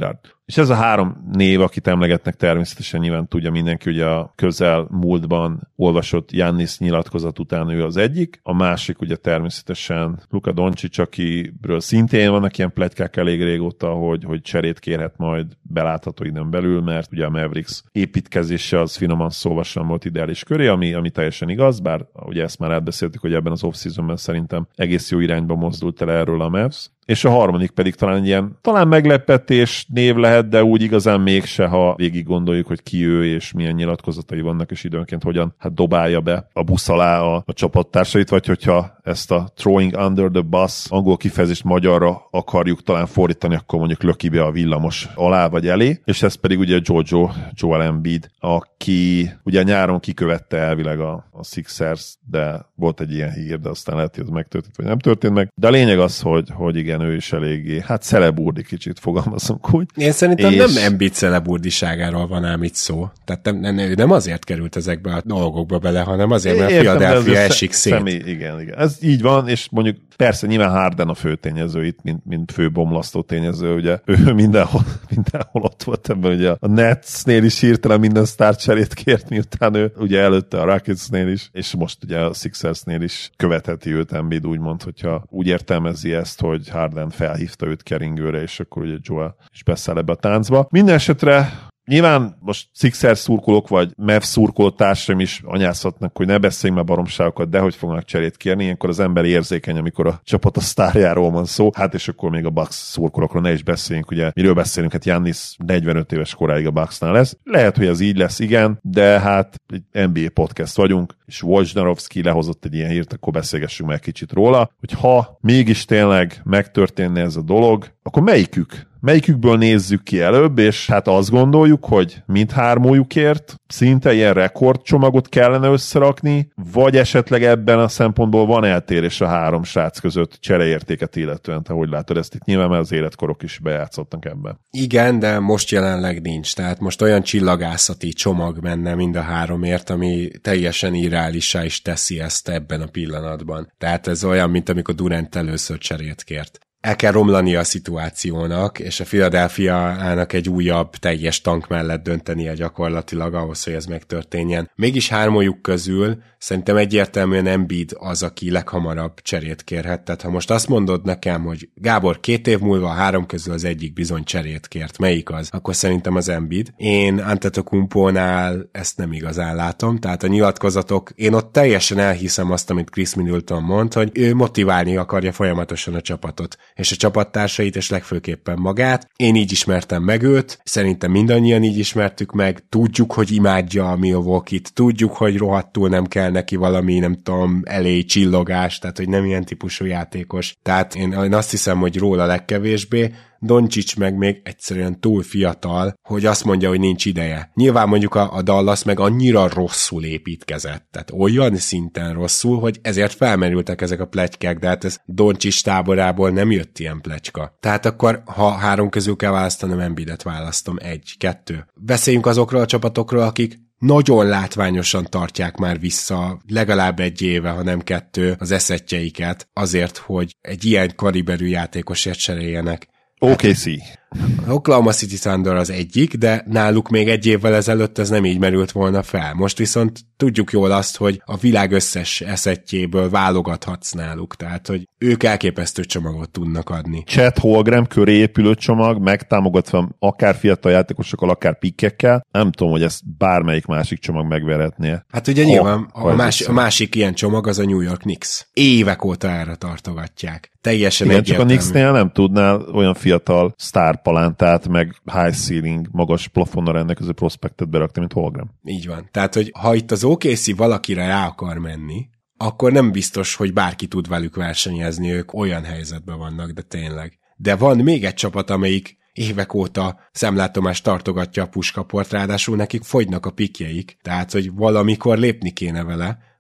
És ez a három név, akit emlegetnek, természetesen nyilván tudja mindenki, hogy a közel múltban olvasott Giannis nyilatkozat után ő az egyik, a másik ugye természetesen Luka Doncic, akiről szintén vannak ilyen pletykák elég régóta, hogy, hogy cserét kérhet majd belátható időn belül, mert ugye a Mavericks építkezése az finoman szóval sem volt ideális köré, ami, ami teljesen igaz, bár ugye ezt már átbeszéltük, hogy ebben az off-seasonben szerintem egész jó irányba mozdult el erről a Mavs. És a harmadik pedig talán egy ilyen, talán meglepetés név lehet, de úgy igazán mégse, ha végig gondoljuk, hogy ki ő, és milyen nyilatkozatai vannak, és időnként hogyan hát dobálja be a busz alá a, a csapattársait, vagy hogyha ezt a throwing under the bus angol kifejezést magyarra akarjuk talán fordítani, akkor mondjuk löki be a villamos alá vagy elé, és ez pedig ugye Jojo, Joel Embiid, aki ugye nyáron kikövette elvileg a, a Sixers, de volt egy ilyen hír, de aztán lehet, hogy ez megtörtént, vagy nem történt meg. De a lényeg az, hogy, hogy igen, ő is eléggé, hát celeburdi kicsit fogalmazunk úgy. Én szerintem és... nem Embiid celeburdiságáról van ám itt szó. Tehát nem, nem, ő nem azért került ezekbe a dolgokba bele, hanem azért, mert Philadelphia esik szét. Személy, igen, igen. Ez így van, és mondjuk persze nyilván Harden a fő tényező itt, mint, mint fő bomlasztó tényező, ugye ő mindenhol, mindenhol ott volt ebben, ugye a Netsnél is hirtelen minden sztárcserét kért, miután ő ugye előtte a Rocketsnél is, és most ugye a Sixersnél is követheti őt Embiid, úgymond, hogyha úgy értelmezi ezt, hogy Harden felhívta őt keringőre, és akkor ugye Joel is beszáll ebbe a táncba. Minden esetre nyilván most Sixers szurkolók, vagy Mavs szurkoló társaim is anyázhatnak, hogy ne beszéljünk már baromságokat, de hogy fognak cserét kérni, ilyenkor az ember érzékeny, amikor a csapat a sztárjáról van szó, hát és akkor még a Bucks szurkolókról ne is beszéljünk, ugye miről beszélünk, hát Giannis negyvenöt éves koráig a Bucksnál lesz. Lehet, hogy ez így lesz, igen, de hát egy en bé á podcast vagyunk, és Wojnarowski lehozott egy ilyen hírt, akkor beszélgessünk meg kicsit róla, hogy ha mégis tényleg megtörténne ez a dolog, akkor melyikük? Melyikükből nézzük ki előbb, és hát azt gondoljuk, hogy mindhármójukért szinte ilyen rekordcsomagot kellene összerakni, vagy esetleg ebben a szempontból van eltérés a három srác között csereértéket illetően, te hogy látod ezt? Itt nyilván már az életkorok is bejátszottak ebben. Igen, de most jelenleg nincs, tehát most olyan csillagászati csomag menne mind a háromért, ami teljesen irreálissá is teszi ezt ebben a pillanatban. Tehát ez olyan, mint amikor Durant először cserét kért. El kell romlani a szituációnak, és a Philadelphia-ának egy újabb teljes tank mellett döntenie gyakorlatilag ahhoz, hogy ez megtörténjen. Mégis hármójuk közül szerintem egyértelműen Embiid az, aki leghamarabb cserét kérhet. Tehát ha most azt mondod nekem, hogy Gábor, két év múlva a három közül az egyik bizony cserét kért, melyik az? Akkor szerintem az Embiid. Én Antetokounmpónál ezt nem igazán látom, tehát a nyilatkozatok, én ott teljesen elhiszem azt, amit Chris Middleton mond, hogy ő motiválni akarja folyamatosan a csapatot, és a csapattársait, és legfőképpen magát. Én így ismertem meg őt, szerintem mindannyian így ismertük meg, tudjuk, hogy imádja a Milwaukee-t, tudjuk, hogy rohadtul nem kell neki valami, nem tudom, elé csillogás, tehát hogy nem ilyen típusú játékos. Tehát én, én azt hiszem, hogy róla legkevésbé, Doncic meg még egyszerűen túl fiatal, hogy azt mondja, hogy nincs ideje. Nyilván mondjuk a, a Dallas meg annyira rosszul építkezett, tehát olyan szinten rosszul, hogy ezért felmerültek ezek a pletykák, de hát ez Doncic táborából nem jött ilyen pletyka. Tehát akkor, ha három közül kell választanom, Embiidet választom. Egy, kettő. Beszéljünk azokról a csapatokról, akik nagyon látványosan tartják már vissza legalább egy éve, ha nem kettő az eszettjeiket azért, hogy egy ilyen kaliberű játékosért cseréljenek. o ká cé. Oklahoma City Thunder az egyik, de náluk még egy évvel ezelőtt ez nem így merült volna fel. Most viszont tudjuk jól azt, hogy a világ összes eszettjéből válogathatsz náluk, tehát hogy ők elképesztő csomagot tudnak adni. Chet Holmgren köré épülő csomag, megtámogatva akár fiatal játékosokkal, akár pikkekkel. Nem tudom, hogy ezt bármelyik másik csomag megverhetné. Hát ugye ha, nyilván a, a, más, a másik ilyen csomag az a New York Knicks. Évek óta erre tartogatják. Teljesen igen, egyértelmű. csak a Knicksnél nem tudnál olyan fiatal sztárpalántát, meg high ceiling, magas plafonnal rendelkező prospektet berakni, mint Holmgren. Így van. Tehát, hogy ha itt az o ká cé valakire rá akar menni, akkor nem biztos, hogy bárki tud velük versenyezni, ők olyan helyzetben vannak, de tényleg. De van még egy csapat, amelyik évek óta szemlátomást tartogatja a puskaport, ráadásul nekik fogynak a pikjeik, tehát, hogy valamikor lépni kéne vele,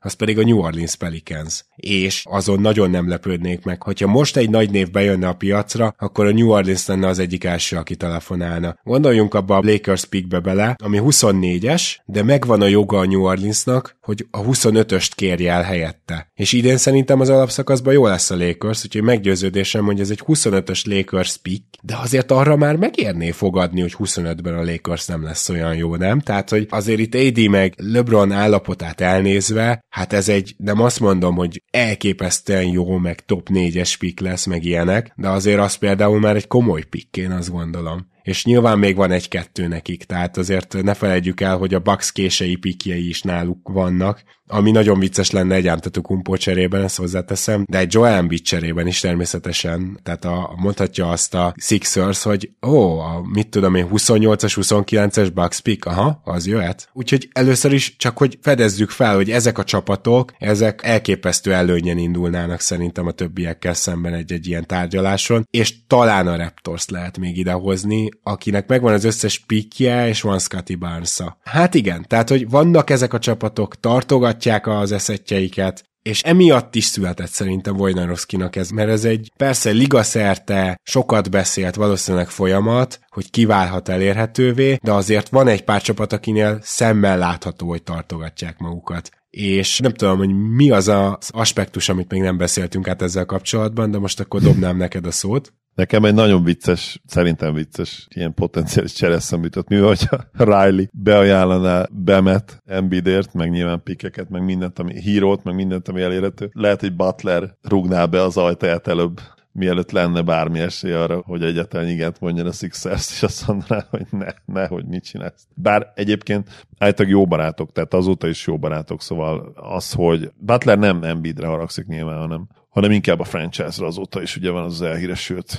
az pedig a New Orleans Pelicans. És azon nagyon nem lepődnék meg, hogyha most egy nagy név bejönne a piacra, akkor a New Orleans lenne az egyik első, aki telefonálna. Gondoljunk abba a Lakers pickbe bele, ami huszonnégyes, de megvan a joga a New Orleansnak, hogy a huszonötöst kérje el helyette. És idén szerintem az alapszakaszban jó lesz a Lakers, úgyhogy meggyőződésem, hogy ez egy huszonötös Lakers pick, de azért arra már megérné fogadni, hogy huszonötben a Lakers nem lesz olyan jó, nem? Tehát, hogy azért itt á dé meg LeBron állapotát elnézve, hát ez egy, nem azt mondom, hogy elképesztően jó, meg top négyes pick lesz, meg ilyenek, de azért az például már egy komoly pick, én azt gondolom. És nyilván még van egy-kettő nekik, tehát azért ne felejtjük el, hogy a Bucks kései pikjei is náluk vannak, ami nagyon vicces lenne egy Antetokounmpo cserében, ezt hozzáteszem, de egy Joel Embiid cserében is természetesen, tehát a, mondhatja azt a Sixers, hogy ó, a, mit tudom én, huszonnyolcas, huszonkilences Bucks pick, aha, az jöhet. Úgyhogy először is csak, hogy fedezzük fel, hogy ezek a csapatok, ezek elképesztő előnyen indulnának szerintem a többiekkel szemben egy-egy ilyen tárgyaláson, és talán a Raptors lehet még idehozni, akinek megvan az összes pickje, és van Scottie Barnes-a. Hát igen, tehát, hogy vannak ezek a csapatok, tartogatják az eszettjeiket, és emiatt is született szerintem Wojnarowskinak ez, mert ez egy persze ligaszerte, sokat beszélt valószínűleg folyamat, hogy kiválhat elérhetővé, de azért van egy pár csapat, akinél szemmel látható, hogy tartogatják magukat. És nem tudom, hogy mi az az aspektus, amit még nem beszéltünk át ezzel kapcsolatban, de most akkor dobnám neked a szót. Nekem egy nagyon vicces, szerintem vicces, ilyen potenciális csereszem jutott, mivel hogyha Riley beajánlaná Bemet, Embiidért, meg nyilván pikeket, meg mindent, ami hírót, meg mindent, ami elérhető. Lehet, hogy Butler rúgná be az ajtaját előbb, mielőtt lenne bármi esély arra, hogy egyáltalán igent mondjon a Sixers, és azt mondaná, hogy ne, ne, hogy mit csinálsz. Bár egyébként állítólag jó barátok, tehát azóta is jó barátok, szóval az, hogy Butler nem Embiidre haragszik nyilván, hanem, hanem inkább a franchise-ra azóta is ugye van az elhíresült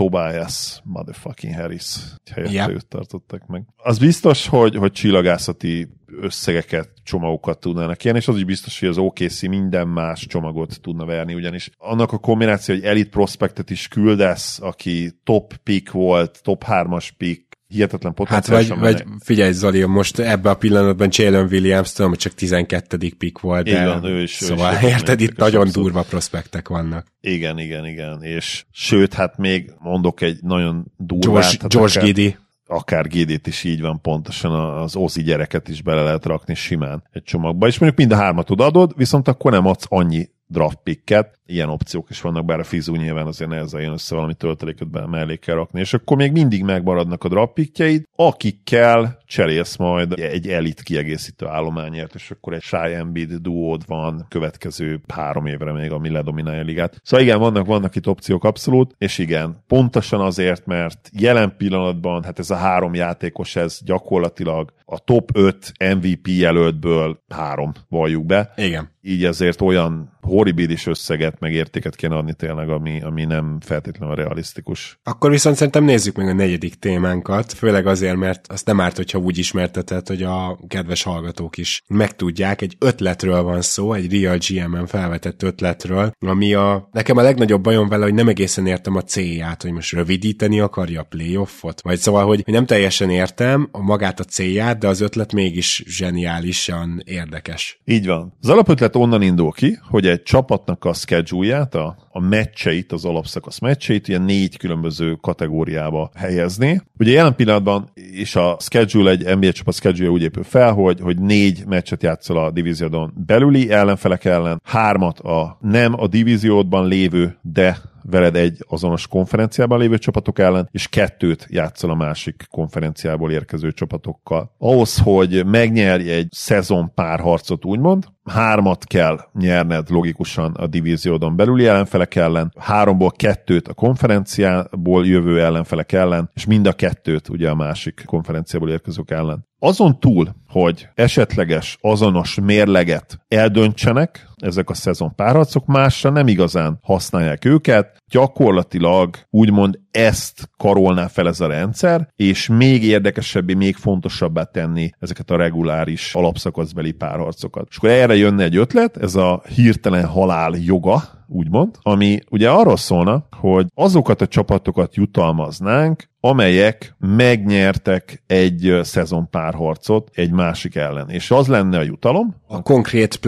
Tobias motherfucking Harris helyette yep. Őt tartottak meg. Az biztos, hogy, hogy csillagászati összegeket, csomagokat tudnának ilyen, és az is biztos, hogy az o ká cé minden más csomagot tudna verni, ugyanis annak a kombináció, hogy elite prospectet is küldesz, aki top pick volt, top hármas pick, hihetetlen potenciál. Hát vagy, vagy figyelj Zoli, most ebben a pillanatban Jalen Williams, tudom, hogy csak tizenkettedik pick volt, de igen, ő is, szóval ő is érted, itt nagyon abszolút durva prospektek vannak. Igen, igen, igen, és sőt, hát még mondok egy nagyon durvát. George, hát George Giddey. Akár Giddeyt is így van, pontosan az Ozzy gyereket is bele lehet rakni simán egy csomagba, és mondjuk mind a hármat odaadod, viszont akkor nem adsz annyi draft picket, ilyen opciók is vannak, bár a Fizú nyilván azért nehezen jön össze, valami tölteléket be mellé kell rakni, és akkor még mindig megmaradnak a draft pickjeid, akikkel cserélsz majd egy elit kiegészítő állományért, és akkor egy Shai Embiid duód van következő három évre még, ami ledominálja a ligát. Szóval igen, vannak, vannak itt opciók abszolút, és igen, pontosan azért, mert jelen pillanatban, hát ez a három játékos, ez gyakorlatilag a top öt em vé pé jelöltből három valljuk be. Igen. Így ezért olyan horribilis összeget, meg értéket kéne adni tényleg, ami, ami nem feltétlenül realisztikus. Akkor viszont szerintem nézzük meg a negyedik témánkat, főleg azért, mert azt nem árt, hogyha úgy ismerteted, hogy a kedves hallgatók is megtudják. Egy ötletről van szó, egy Real gé em-en felvetett ötletről, ami a, nekem a legnagyobb bajom vele, hogy nem egészen értem a célját, hogy most rövidíteni akarja a playoffot, vagy szóval, hogy nem teljesen értem a magát a célját, de az ötlet mégis zseniálisan érdekes. Így van. Az alapötlet onnan indul ki, hogy egy csapatnak a schedule-ját, a, a meccseit, az alapszakasz meccseit ilyen négy különböző kategóriába helyezni. Ugye jelen pillanatban is a schedule, egy en bé á csapat schedule úgy épül fel, hogy, hogy négy meccset játszol a divíziódon belüli ellenfelek ellen, hármat a nem a divíziódban lévő, de veled egy azonos konferenciában lévő csapatok ellen, és kettőt játszol a másik konferenciából érkező csapatokkal. Ahhoz, hogy megnyerj egy szezon párharcot, úgymond, hármat kell nyerned logikusan a divíziódon belüli ellenfelek ellen, háromból kettőt a konferenciából jövő ellenfelek ellen, és mind a kettőt ugye a másik konferenciából érkezők ellen. Azon túl, hogy esetleges azonos mérleget eldöntsenek ezek a szezon párharcok, másra nem igazán használják őket, gyakorlatilag úgymond ezt karolná fel ez a rendszer, és még érdekesebbé, még fontosabbá tenni ezeket a reguláris alapszakaszbeli párharcokat. És akkor erre jönne egy ötlet, ez a hirtelen halál joga, úgymond, ami ugye arról szólna, hogy azokat a csapatokat jutalmaznánk, amelyek megnyertek egy szezon párharcot egy másik ellen. És az lenne a jutalom. A konkrét playoff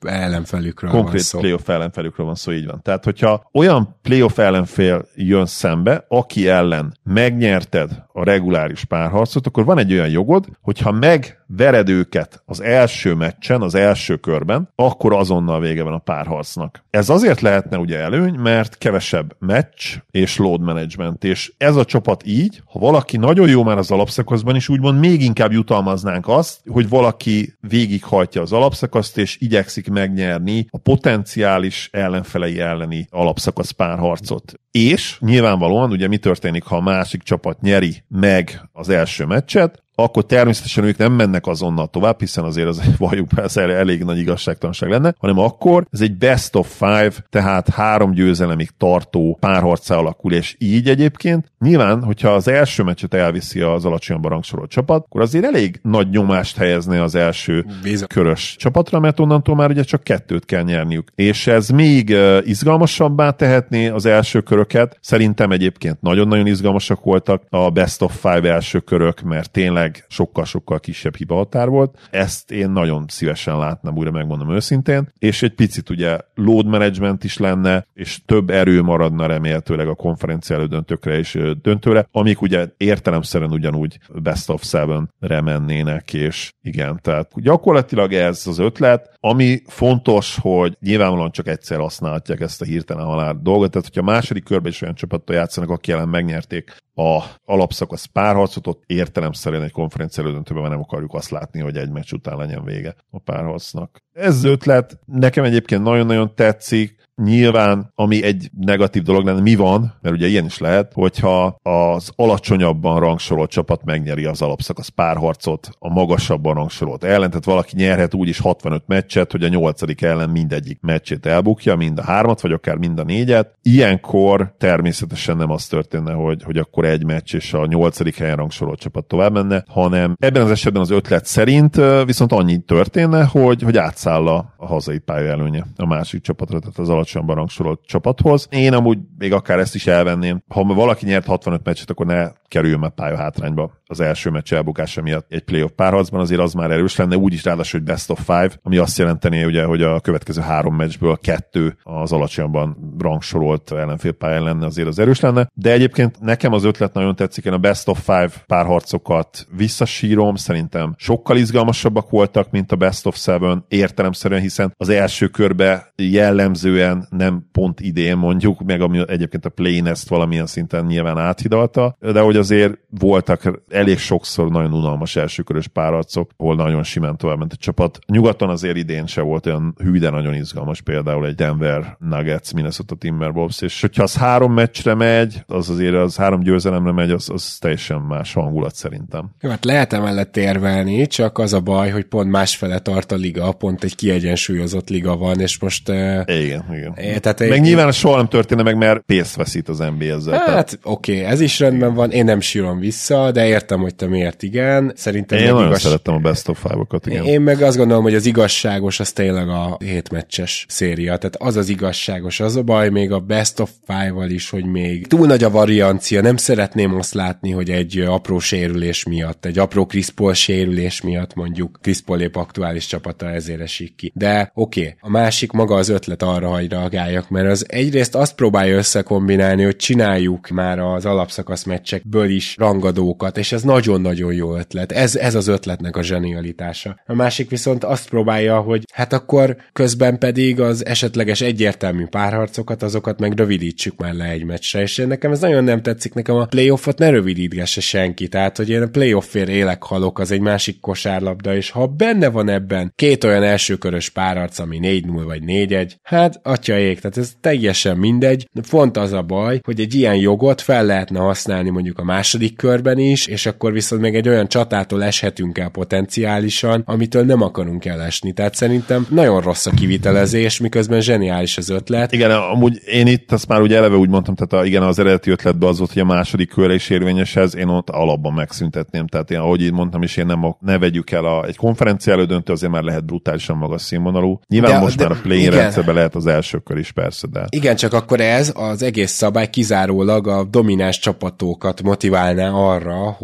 ellenfelükről konkrét van szó. playoff ellenfelükről van szó, így van. Tehát, hogyha olyan playoff ellenfél jön szembe, aki ellen megnyerted a reguláris párharcot, akkor van egy olyan jogod, hogyha megvered őket az első meccsen, az első körben, akkor azonnal vége van a párharcnak. Ez azért lehetne ugye előny, mert kevesebb meccs és load management, és ez a csapat így, ha valaki nagyon jó már az alapszakaszban is, úgymond még inkább jutalmaznánk azt, hogy valaki végighajtja az alapszakaszt, és igyekszik megnyerni a potenciális ellenfelei elleni alapszakasz párharcot. És nyilvánvalóan ugye mi történik, ha a másik csapat nyeri meg az első meccset, akkor természetesen ők nem mennek azonnal tovább, hiszen azért az valljuk persze elég nagy igazságtalanság lenne, hanem akkor ez egy best of five, tehát három győzelemig tartó párharcá alakul, és így egyébként nyilván, hogyha az első meccset elviszi az alacsonyabban rangsorolt csapat, akkor azért elég nagy nyomást helyezne az első Bizony. körös csapatra, mert onnantól már ugye csak kettőt kell nyerniük. És ez még uh, izgalmasabbá tehetné az első köröket. Szerintem egyébként nagyon-nagyon izgalmasak voltak a best of five első körök, mert tényleg sokkal-sokkal kisebb hibahatár volt. Ezt én nagyon szívesen látnám, újra megmondom őszintén, és egy picit ugye load management is lenne, és több erő maradna remélhetőleg a konferencia elődöntőkre és döntőre, amik ugye értelemszerűen ugyanúgy best of seven-re mennének, és igen, tehát gyakorlatilag ez az ötlet, ami fontos, hogy nyilvánvalóan csak egyszer használhatják ezt a hirtelen halál dolgot, tehát hogyha a második körben is olyan csapattal játszanak, aki ellen megnyerték a alapszakasz párharcot, ott értelemszerűen egy konferencia elődöntőben már nem akarjuk azt látni, hogy egy meccs után legyen vége a párharcnak. Ez ötlet nekem egyébként nagyon-nagyon tetszik. Nyilván, ami egy negatív dolog lenne, mi van, mert ugye ilyen is lehet, hogyha az alacsonyabban rangsorolt csapat megnyeri az alapszakasz párharcot a magasabban rangsorolt ellen, tehát valaki nyerhet úgyis hatvanöt meccset, hogy a nyolcadik ellen mindegyik meccsét elbukja, mind a hármat, vagy akár mind a négyet. Ilyenkor természetesen nem az történne, hogy, hogy akkor egy meccs és a nyolcadik helyen rangsorolt csapat tovább menne, hanem ebben az esetben az ötlet szerint viszont annyi történne, hogy, hogy átszáll a, a hazai pálya előnye a másik csapatra, tehát az alacsonyabban rangsorolt csapathoz. Én amúgy még akár ezt is elvenném. Ha valaki nyert hatvanöt meccset, akkor ne kerüljön már pálya hátrányba az első meccs elbukása miatt egy playoff párharcban, azért az már erős lenne, úgyis ráadásul, hogy best of five, ami azt jelenteni, ugye, hogy a következő három meccsből kettő az alacsonyabban rangsorolt ellenfél pályán lenne, azért az erős lenne. De egyébként nekem az ötlet nagyon tetszik, én a best of five párharcokat visszasírom, szerintem sokkal izgalmasabbak voltak, mint a best of seven értelemszerűen, hiszen az első körbe jellemzően nem pont idén mondjuk, meg ami egyébként a play-in ezt valamilyen szinten nyilván áthidalta, de hogy azért voltak elég sokszor nagyon unalmas elsőkörös párharcok, ahol nagyon simán továbbment a csapat. Nyugaton azért idén se volt olyan hű, de nagyon izgalmas, például egy Denver Nuggets, Minnesota Timberwolves, és hogyha az három meccsre megy, az azért az három győzelemre megy, az, az teljesen más hangulat szerintem. Jó, hát lehet emellett érvelni, csak az a baj, hogy pont másfele tart a liga, pont egy kiegyensúlyozott liga van, és most... Uh, igen, igen. É, tehát meg egy, nyilván soha nem történne meg, mert pénzt veszít az en bé á ezzel. Hát oké, okay, ez is rendben van, én nem sírom vissza, de értem, hogy te miért igen. Szerintem én nagyon igaz... szerettem a best of five-okat, igen. Én meg azt gondolom, hogy az igazságos az tényleg a hétmeccses széria, tehát az az igazságos, az a baj még a best of five-val is, hogy még túl nagy a variancia, nem szeretném azt látni, hogy egy apró sérülés miatt, egy apró Chris Paul sérülés miatt mondjuk Chris Paul épp aktuális csapata ezért esik ki. De oké, okay, a másik maga az ötlet arra, hogy reagáljak, mert az egyrészt azt próbálja összekombinálni, hogy csináljuk már az alapszakasz meccsekből is rangadókat, és ez nagyon-nagyon jó ötlet. Ez, ez az ötletnek a zsenialitása. A másik viszont azt próbálja, hogy hát akkor közben pedig az esetleges egyértelmű párharcokat, azokat meg rövidítsük már le egy meccsre, és nekem ez nagyon nem tetszik, nekem a playoffot ne rövidítgesse senki, tehát hogy én a playoffért élek halok, az egy másik kosárlabda, és ha benne van ebben két olyan elsőkörös párharc, ami négy null vagy négy egy, hát atyaék, tehát ez teljesen mindegy, de pont az a baj, hogy egy ilyen jogot fel lehetne használni mondjuk a második körben is, és akkor viszont meg egy olyan csatától eshetünk el potenciálisan, amitől nem akarunk elesni. Tehát szerintem nagyon rossz a kivitelezés, miközben zseniális az ötlet. Igen, amúgy én itt azt már ugye eleve úgy mondtam, tehát a, igen, az eredeti ötletben az volt, hogy a második körre is érvényes ez, én ott alapban megszüntetném. Tehát én, ahogy így mondtam is, én nem a, ne vegyük el a, egy konferencia elődöntő, azért már lehet brutálisan magas színvonalú. Nyilván de, most de, már a play-in rendszerben lehet az első kör is persze, de... Igen, csak akkor ez az egész szabály kizárólag a domináns csapatokat motiválná arra, hogy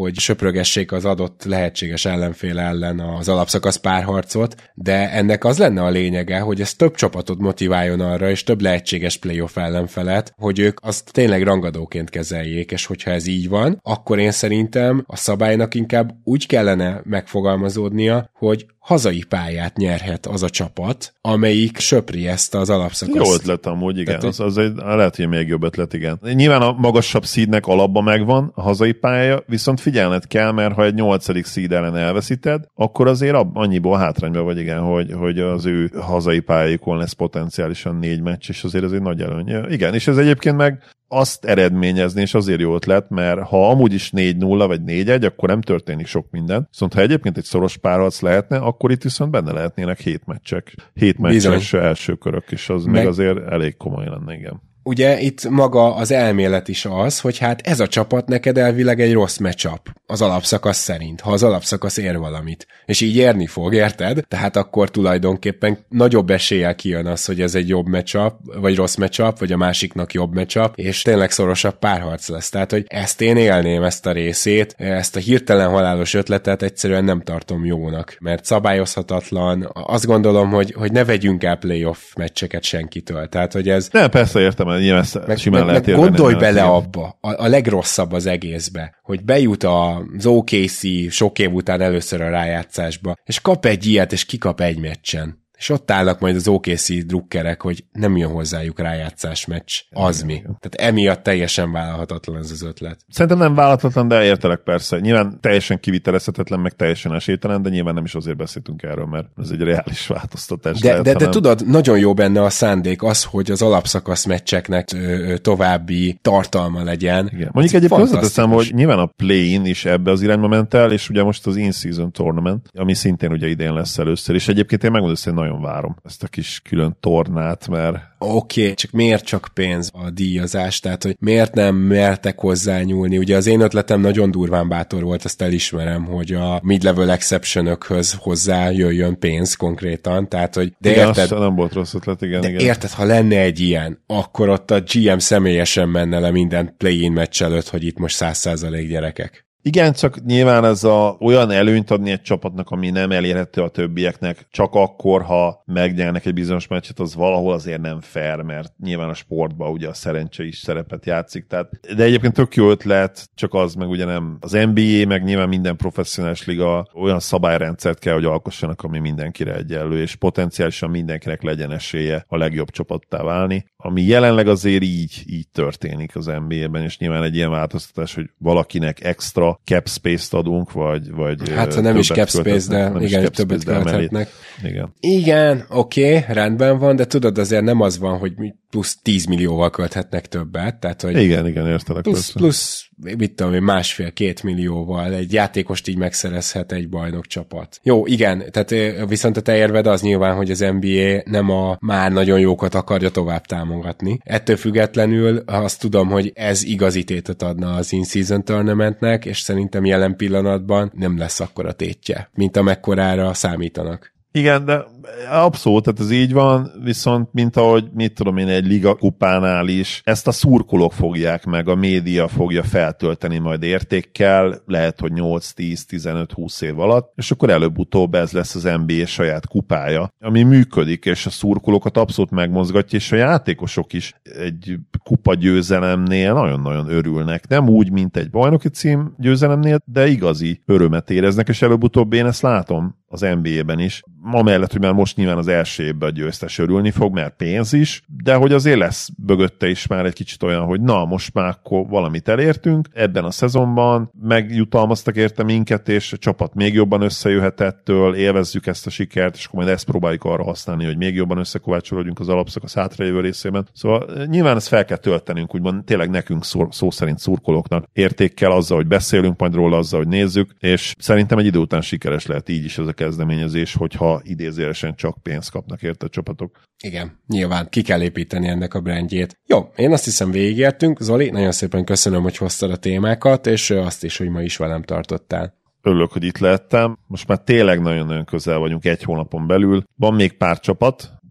hogy söprögessék az adott lehetséges ellenfél ellen az alapszakasz párharcot, de ennek az lenne a lényege, hogy ez több csapatot motiváljon arra, és több lehetséges playoff ellenfelet, hogy ők azt tényleg rangadóként kezeljék, és hogyha ez így van, akkor én szerintem a szabálynak inkább úgy kellene megfogalmazódnia, hogy hazai pályát nyerhet az a csapat, amelyik söpri ezt az alapszakaszt. Jó ötlet amúgy, igen. Tehát, az, az egy, lehet, hogy még jobb ötlet, igen. Nyilván a magasabb seednek alapban megvan a hazai pálya, viszont figyelned kell, mert ha egy nyolcadik seed ellen elveszíted, akkor azért annyiból hátrányban vagy, igen, hogy, hogy az ő hazai pályáikon lesz potenciálisan négy meccs, és azért ez egy nagy előny. Igen, és ez egyébként meg azt eredményezni, és azért jó ötlet, mert ha amúgy is négy nulla vagy négy egy, akkor nem történik sok minden. Viszont ha egyébként egy szoros párharc lehetne, akkor itt viszont benne lehetnének hét meccsek. Hét meccses első körök, és az Meg... még azért elég komoly lenne, igen. Ugye itt maga az elmélet is az, hogy hát ez a csapat neked elvileg egy rossz matchup az alapszakasz szerint, ha az alapszakasz ér valamit. És így érni fog, érted? Tehát akkor tulajdonképpen nagyobb eséllyel kijön az, hogy ez egy jobb matchup, vagy rossz matchup, vagy a másiknak jobb matchup, és tényleg szorosabb párharc lesz. Tehát, hogy ezt én élném, ezt a részét, ezt a hirtelen halálos ötletet egyszerűen nem tartom jónak, mert szabályozhatatlan. Azt gondolom, hogy, hogy ne vegyünk el playoff meccseket senkitől. Tehát, hogy ez... Nem, persze értem, nyilván meg, simán meg, lehet meg gondolj bele abba, a, a legrosszabb az egészbe, hogy bejut az o ká cé sok év után először a rájátszásba, és kap egy ilyet, és kikap egy meccsen. És ott állnak majd az o ká cé drukkerek, hogy nem jön hozzájuk rájátszás meccs. Az mi? Tehát emiatt teljesen vállalhatatlan ez az ötlet. Szerintem nem vállalhatatlan, de értelek persze. Nyilván teljesen kivitelezhetetlen, meg teljesen esélytelen, de nyilván nem is azért beszéltünk erről, mert ez egy reális változtatás. De, lehet, de, de hanem... tudod, nagyon jó benne a szándék az, hogy az alapszakasz meccseknek ö, ö, további tartalma legyen. Igen. Mondjuk egyébként hozzáteszem, hogy nyilván a play-in is ebbe az irányba ment el, és ugye most az in-season tournament, ami szintén ugye idén lesz először, és egyébként én megmondom, hogy nagyon várom ezt a kis külön tornát, mert... Oké, okay, csak miért csak pénz a díjazás? Tehát, hogy miért nem mertek hozzányúlni? Ugye az én ötletem nagyon durván bátor volt, ezt elismerem, hogy a mid-level exceptionökhöz hozzájöjjön pénz konkrétan, tehát, hogy... De igen, érted, nem volt rossz ötlet, igen, de igen. érted, ha lenne egy ilyen, akkor ott a gé em személyesen menne le minden play-in meccs előtt, hogy itt most száz százalék gyerekek. Igen, csak nyilván ez a, olyan előnyt adni egy csapatnak, ami nem elérhető a többieknek, csak akkor, ha megnyernek egy bizonyos meccset, az valahol azért nem fair, mert nyilván a sportban ugye a szerencse is szerepet játszik. Tehát, de egyébként tök jó ötlet, csak az meg ugye nem. Az en bé á, meg nyilván minden professzionális liga olyan szabályrendszert kell, hogy alkossanak, ami mindenkire egyenlő, és potenciálisan mindenkinek legyen esélye a legjobb csapattá válni, ami jelenleg azért így, így történik az en bé á-ben, és nyilván egy ilyen változtatás, hogy valakinek extra cap space-t adunk, vagy, vagy hát ha nem is cap space, de nem igen, többet költhetnek. Igen, igen oké, okay, rendben van, de tudod, azért nem az van, hogy plusz tíz millióval költhetnek többet, tehát hogy igen, igen, értelek. Plusz, plusz mit tudom én, másfél-két millióval egy játékost így megszerezhet egy bajnok csapat. Jó, igen, tehát viszont a te érved az nyilván, hogy az en bé á nem a már nagyon jókat akarja tovább támogatni. Ettől függetlenül azt tudom, hogy ez igazi tétet adna az in-season tournamentnek, és szerintem jelen pillanatban nem lesz akkora tétje, mint amekkorára számítanak. Igen, de abszolút, tehát ez így van, viszont mint ahogy, mit tudom én, egy liga kupánál is, ezt a szurkolók fogják meg, a média fogja feltölteni majd értékkel, lehet, hogy nyolc, tíz, tizenöt, húsz év alatt, és akkor előbb-utóbb ez lesz az en bé á saját kupája, ami működik, és a szurkolókat abszolút megmozgatja, és a játékosok is egy kupa győzelemnél nagyon-nagyon örülnek. Nem úgy, mint egy bajnoki cím győzelemnél, de igazi örömet éreznek, és előbb-utóbb én ezt látom az en bé á-ben is. Amellett, hogy már most nyilván az első évben a győztes örülni fog, mert pénz is, de hogy azért lesz bögötte is már egy kicsit olyan, hogy na, most már akkor valamit elértünk, ebben a szezonban megjutalmaztak érte minket, és a csapat még jobban összejöhet ettől, élvezzük ezt a sikert, és akkor majd ezt próbáljuk arra használni, hogy még jobban összekovácsolódjunk az alapszakasz hátralévő részében. Szóval nyilván ezt fel kell töltenünk, úgymond tényleg nekünk szó, szó szerint szurkolóknak értékkel azzal, hogy beszélünk majd róla, azzal, hogy nézzük, és szerintem egy idő után sikeres lehet így is ez a kezdeményezés, hogyha idézőjelesen csak pénzt kapnak érte a csapatok. Igen, nyilván ki kell építeni ennek a brandjét. Jó, én azt hiszem végigértünk. Zoli, nagyon szépen köszönöm, hogy hoztad a témákat, és azt is, hogy ma is velem tartottál. Örülök, hogy itt lehettem. Most már tényleg nagyon-nagyon közel vagyunk egy hónapon belül. Van még pár csapat,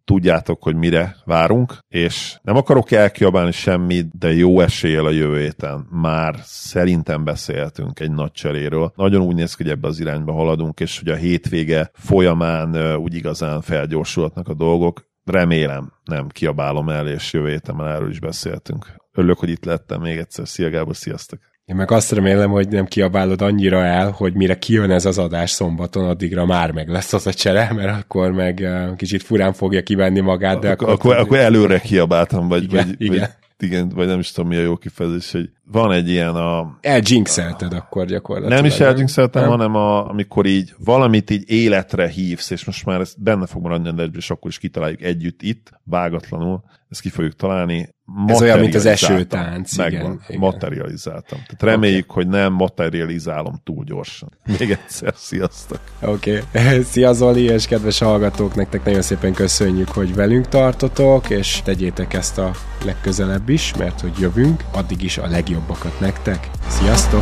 tudjátok, hogy mire várunk, és nem akarok elkiabálni semmit, de jó eséllyel a jövő héten már szerintem beszélhetünk egy nagy cseréről. Nagyon úgy néz ki, hogy ebbe az irányba haladunk, és hogy a hétvége folyamán úgy igazán felgyorsulhatnak a dolgok. Remélem, nem kiabálom el, és jövő héten már erről is beszéltünk. Örülök, hogy itt lettem még egyszer. Szia Gábor, sziasztok! Én meg azt remélem, hogy nem kiabálod annyira el, hogy mire kijön ez az adás szombaton, addigra már meg lesz az a csere, mert akkor meg kicsit furán fogja kivenni magát. De akkor, akkor, akkor előre kiabáltam, vagy, igen, vagy, igen. vagy, igen, vagy nem is tudom, mi a jó kifejezés, hogy van egy ilyen a... Eljinxelted akkor gyakorlatilag. Nem is eljinxeltem, hanem a, amikor így valamit így életre hívsz, és most már ez benne fog maradni a nedben, és akkor is kitaláljuk együtt itt, vágatlanul, ezt ki fogjuk találni. Ez olyan, mint az esőtánc. Megvan, igen, materializáltam. Tehát reméljük, okay. hogy nem materializálom túl gyorsan. Még egyszer, sziasztok! Oké, okay. Szia Zoli, és kedves hallgatók, nektek nagyon szépen köszönjük, hogy velünk tartotok, és tegyétek ezt a legközelebb is, mert hogy jövünk, addig is a legjobbakat nektek. Sziasztok!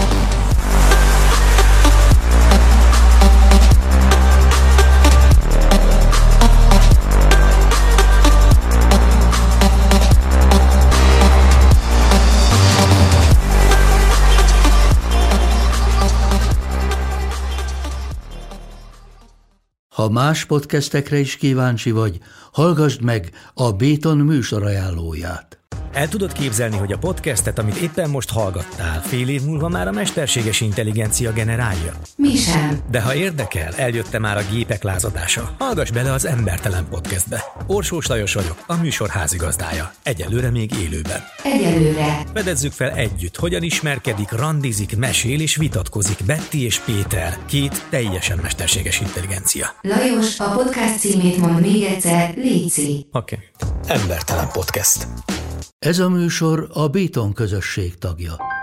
Ha más podcastekre is kíváncsi vagy, hallgassd meg a Béton műsor ajánlóját. El tudod képzelni, hogy a podcastet, amit éppen most hallgattál, fél év múlva már a mesterséges intelligencia generálja? Mi sem. De ha érdekel, eljött már a gépek lázadása. Hallgass bele az Embertelen Podcastbe. Orsós Lajos vagyok, a műsor házigazdája. Egyelőre még élőben. Egyelőre. Fedezzük fel együtt, hogyan ismerkedik, randizik, mesél és vitatkozik Betty és Péter, két teljesen mesterséges intelligencia. Lajos, a podcast címét mond még egyszer, léci. Oké. Okay. Embertelen Podcast. Ez a műsor a Béton közösség tagja.